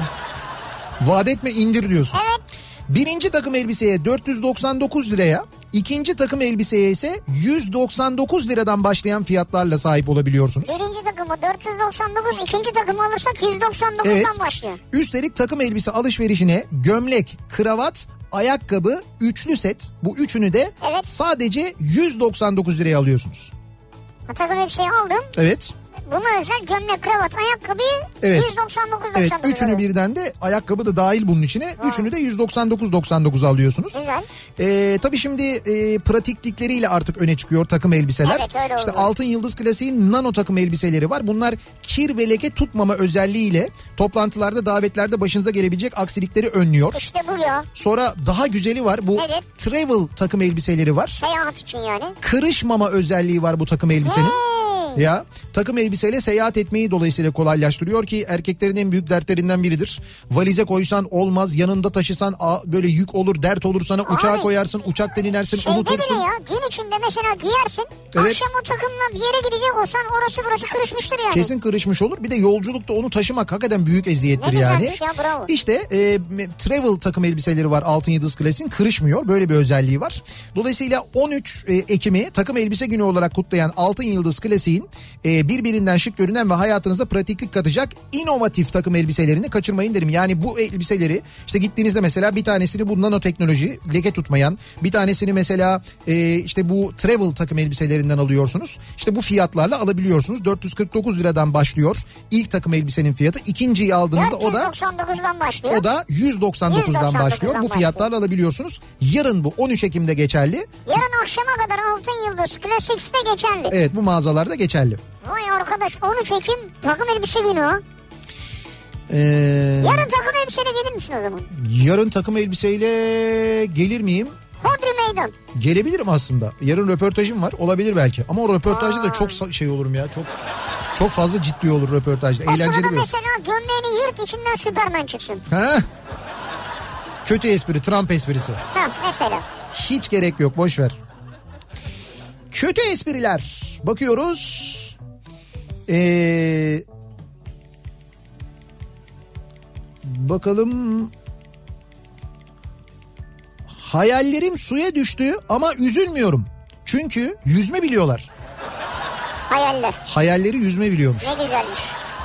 Vaat etme indir diyorsun. Evet. Birinci takım elbiseye dört yüz doksan dokuz liraya, ikinci takım elbiseye ise yüz doksan dokuz liradan başlayan fiyatlarla sahip olabiliyorsunuz. Birinci takımı dört yüz doksan dokuz, ikinci takımı alırsak yüz doksan dokuzdan Evet. başlıyor. Üstelik takım elbise alışverişine gömlek, kravat, ayakkabı, üçlü set, bu üçünü de Evet. sadece yüz doksan dokuz liraya alıyorsunuz. Ha, takım elbiseyi aldım. Evet. Buna özel gömlek, kravat, ayakkabıyı Evet. yüz doksan dokuz Evet, doksan dokuz üçünü alıyorum. birden de ayakkabı da dahil bunun içine. Ha. Üçünü de yüz doksan dokuz doksan dokuz alıyorsunuz. Güzel. Ee, tabii şimdi e, pratiklikleriyle artık öne çıkıyor takım elbiseler. Evet, öyle işte oldu. Altın Yıldız Klasik'in nano takım elbiseleri var. Bunlar kir ve leke tutmama özelliğiyle toplantılarda, davetlerde başınıza gelebilecek aksilikleri önlüyor. İşte bu ya. Sonra daha güzeli var. Bu Nedir? travel takım elbiseleri var. Seyahat için yani. Kırışmama özelliği var bu takım elbisenin. Hey. Ya takım elbiseyle seyahat etmeyi dolayısıyla kolaylaştırıyor ki erkeklerin en büyük dertlerinden biridir. Valize koysan olmaz, yanında taşısan a, böyle yük olur, dert olur sana, uçağa Abi, koyarsın, uçaktan inersin, Şeyde unutursun. bile ya, gün içinde mesela giyersin. Evet. Akşam o takımla bir yere gidecek olsan orası burası kırışmıştır yani. Kesin kırışmış olur. Bir de yolculukta onu taşımak hakikaten büyük eziyettir Ne yani. güzelmiş ya, bravo. İşte e, travel takım elbiseleri var Altın Yıldız Klasik'in, kırışmıyor. Böyle bir özelliği var. Dolayısıyla on üç Ekim'i takım elbise günü olarak kutlayan Altın Yıldız Klasik'in e, birbirinden şık görünen ve hayatınıza pratiklik katacak inovatif takım elbiselerini kaçırmayın derim. Yani bu elbiseleri işte gittiğinizde mesela bir tanesini bu nanoteknoloji, leke tutmayan, bir tanesini mesela e, işte bu travel takım elbiselerinden alıyorsunuz. İşte bu fiyatlarla alabiliyorsunuz. dört yüz kırk dokuz liradan başlıyor ilk takım elbisenin fiyatı. İkinciyi aldığınızda o da dört yüz doksan dokuzdan başlıyor. o da yüz doksan dokuzdan yüz doksan dokuzdan başlıyor. Bu başlıyor. fiyatlarla alabiliyorsunuz. Yarın bu on üç Ekim'de geçerli. Yarın akşama kadar Altın Yıldız Classics'te geçerli. Evet, bu mağazalarda geçerli. Vay arkadaş, on üç Ekim takım elbise günü ha. Ee, Yarın takım elbiseyle gelir misin o zaman? yarın takım elbiseyle gelir miyim? Hodri meydan. Gelebilirim aslında. Yarın röportajım var. Olabilir belki. Ama o röportajda da çok sa- şey olurum ya. Çok çok fazla ciddi olur röportajda. O Eğlenceli sırada bir. mesela gömleğini yırt, içinden Süpermen çıksın. Ha? Kötü espri, Trump esprisi. Ha mesela. Hiç gerek yok, boş ver. Kötü espriler. Bakıyoruz. Ee, bakalım. Hayallerim suya düştü ama üzülmüyorum. Çünkü yüzme biliyorlar. Hayaller. Hayalleri yüzme biliyormuş. Ne güzelmiş.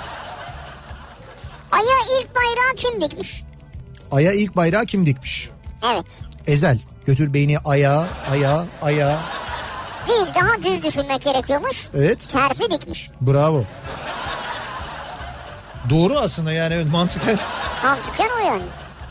Ay'a ilk bayrağı kim dikmiş? Ay'a ilk bayrağı kim dikmiş? Evet. Ezel. Götür beni aya, aya, aya. Değil, daha düz düşünmek gerekiyormuş. Evet. Tersi dikmiş. Bravo. Doğru aslında yani, evet, mantıken. Mantıken o yani.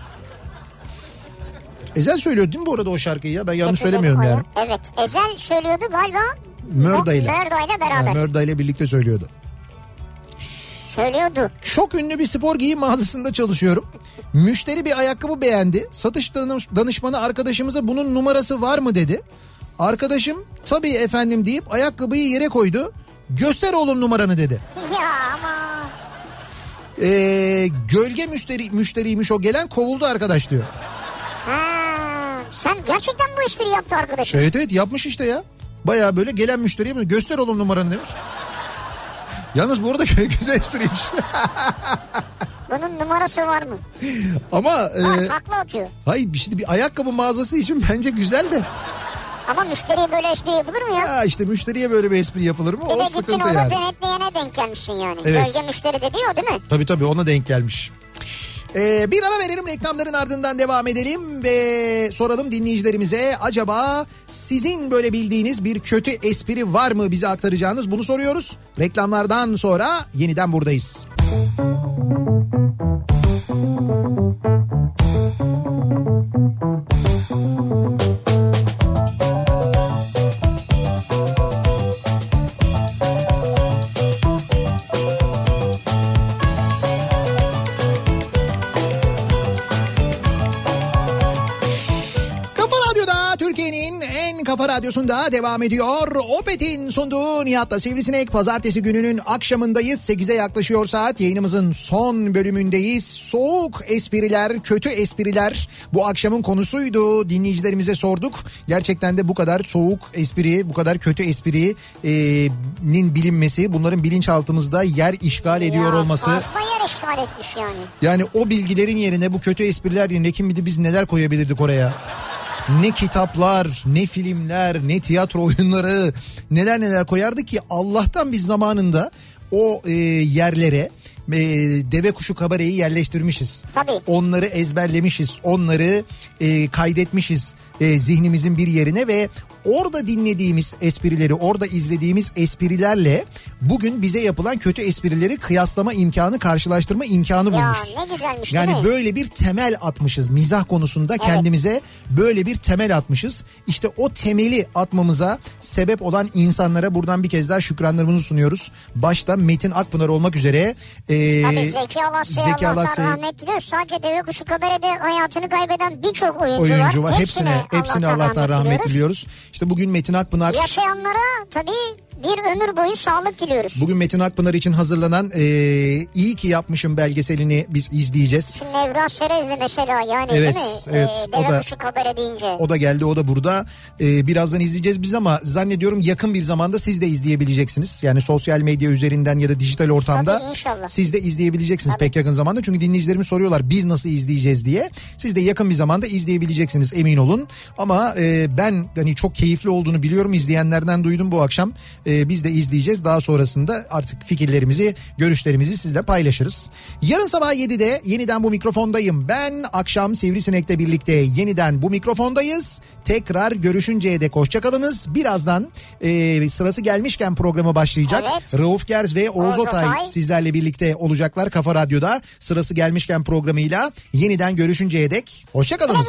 Ezel söylüyor değil mi bu arada o şarkıyı ya? Ben yanlış Peki, söylemiyorum o ya. yani. Evet. Ezel söylüyordu galiba. Mörda ile. Mörda ile beraber. Mörda ile birlikte söylüyordu. Söylüyordu. Çok ünlü bir spor giyim mağazasında çalışıyorum. Müşteri bir ayakkabı beğendi. Satış danış- danışmanı arkadaşımıza bunun numarası var mı dedi. Arkadaşım tabii efendim deyip ayakkabıyı yere koydu. Göster oğlum numaranı dedi. Ya ama. Ee, gölge müşteri müşteriymiş o gelen, kovuldu arkadaş diyor. Ha, sen gerçekten bu espriyi yaptı arkadaşım. Evet evet yapmış işte ya. Baya böyle gelen müşteriye göster oğlum numaranı demiş. Yalnız bu arada güzel espriymiş. Bunun numarası var mı? Ama Var, e, takla atıyor. hayır şimdi bir ayakkabı mağazası için bence güzel de. Ama müşteriye böyle espri yapılır mı ya? Ya işte müşteriye böyle bir espri yapılır mı? Bir de O gittin sıkıntı orada yani. denetleyene denk gelmişsin yani. Evet. Gölge müşteri de diyor değil mi? Tabii tabii ona denk gelmiş. Ee, bir ara verelim, reklamların ardından devam edelim ve soralım dinleyicilerimize, acaba sizin böyle bildiğiniz bir kötü espri var mı bize aktaracağınız, bunu soruyoruz. Reklamlardan sonra yeniden buradayız. Günaydın Kafa Radyosu'nda devam ediyor. Opet'in sunduğu Nihat'la Sivrisinek. Pazartesi gününün akşamındayız. sekize yaklaşıyor saat. Yayınımızın son bölümündeyiz. Soğuk espriler, kötü espriler bu akşamın konusuydu. Dinleyicilerimize sorduk. Gerçekten de bu kadar soğuk espri, bu kadar kötü esprinin bilinmesi, bunların bilinçaltımızda yer işgal ediyor ya, olması. Fazla yer işgal etmiş yani. Yani o bilgilerin yerine bu kötü espriler yerine kim bilir biz neler koyabilirdik oraya. Ne kitaplar, ne filmler, ne tiyatro oyunları, neler neler koyardık ki Allah'tan biz zamanında o e, yerlere e, deve kuşu kabareyi yerleştirmişiz. Tabii. Onları ezberlemişiz, onları e, kaydetmişiz e, zihnimizin bir yerine ve orada dinlediğimiz esprileri, orada izlediğimiz esprilerle bugün bize yapılan kötü esprileri kıyaslama imkanı, karşılaştırma imkanı bulmuşuz. Ya ne güzelmiş yani değil mi? böyle bir temel atmışız mizah konusunda, evet. Kendimize böyle bir temel atmışız. İşte o temeli atmamıza sebep olan insanlara buradan bir kez daha şükranlarımızı sunuyoruz. Başta Metin Akpınar olmak üzere. E, Tabii Zeki Alasya'ya Zeki Allah'tan Alasya, rahmet diliyoruz. Sadece Deve Kuşu Kabere'de hayatını kaybeden birçok oyuncu, oyuncu var. var. Hepsine, hepsine, hepsine Allah'tan, Allah'tan rahmet, rahmet diliyoruz. İşte bugün Metin Akpınar. Yaşayanlara tabii bir ömür boyu sağlık diliyoruz. Bugün Metin Akpınar için hazırlanan e, İyi Ki Yapmışım belgeselini biz izleyeceğiz. Şimdi Nevra Serezli mesela yani, evet, değil mi? Evet, ee, o Deve da, Kuşu Kabere deyince. O da geldi, o da burada. Ee, birazdan izleyeceğiz biz ama zannediyorum yakın bir zamanda siz de izleyebileceksiniz. Yani sosyal medya üzerinden ya da dijital ortamda. Tabii, inşallah. Siz de izleyebileceksiniz. Tabii. Pek yakın zamanda. Çünkü dinleyicilerimiz soruyorlar biz nasıl izleyeceğiz diye. Siz de yakın bir zamanda izleyebileceksiniz, emin olun. Ama e, ben hani çok keyifli olduğunu biliyorum. İzleyenlerden duydum bu akşam. E, biz de izleyeceğiz. Daha sonrasında artık fikirlerimizi, görüşlerimizi sizle paylaşırız. Yarın sabah yedide yeniden bu mikrofondayım. Ben akşam Sivrisinek'le birlikte yeniden bu mikrofondayız. Tekrar görüşünceye dek hoşçakalınız. Birazdan e, sırası gelmişken programı başlayacak. Evet. Rauf Gerz ve Oğuz, Oğuz Otay, Otay sizlerle birlikte olacaklar Kafa Radyo'da. Sırası gelmişken programıyla yeniden görüşünceye dek hoşçakalınız.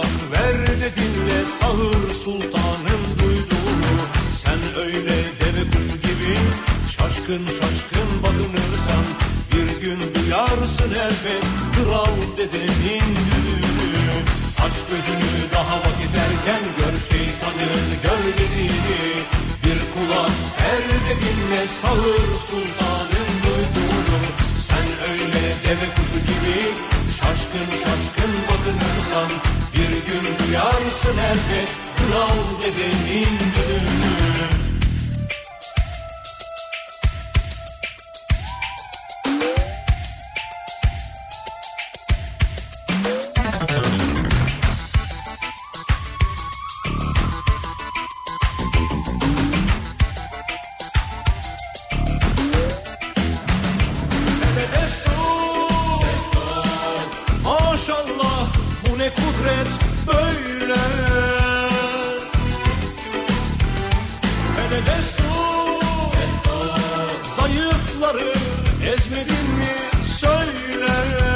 Dinle sağır sultanın duyduğunu, sen öyle deve gözünü daha vakit erken, gör şeytanın gör dediğini. Bir kulak her dediğinle sağır sultanın duyduğunu. Sen öyle deve kuşu gibi şaşkın şaşkın bakınırsan, bir gün duyarsın elbet kral dedenin düdüğünü. Maşallah bu ne kudret böyle. Hele destur, destur. Zayıfları ezmedin mi söyle.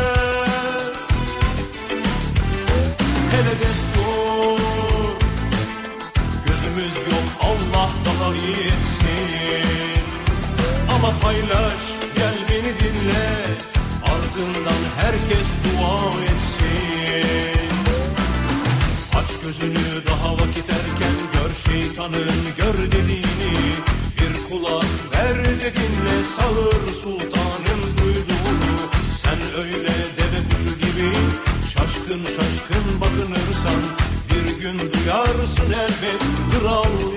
Hele destur. Gözümüz yok Allah daha iyisin. Ama paylaş gel beni dinle, ardından herkes dua etsin. Aç gözünü daha vakit erken, gör şeytanın gör dediğini. Bir kulak ver de dinle, sağır sultanın duyduğunu. Sen öyle deve kuşu gibi şaşkın şaşkın bakınırsan, bir gün duyarsın elbet kral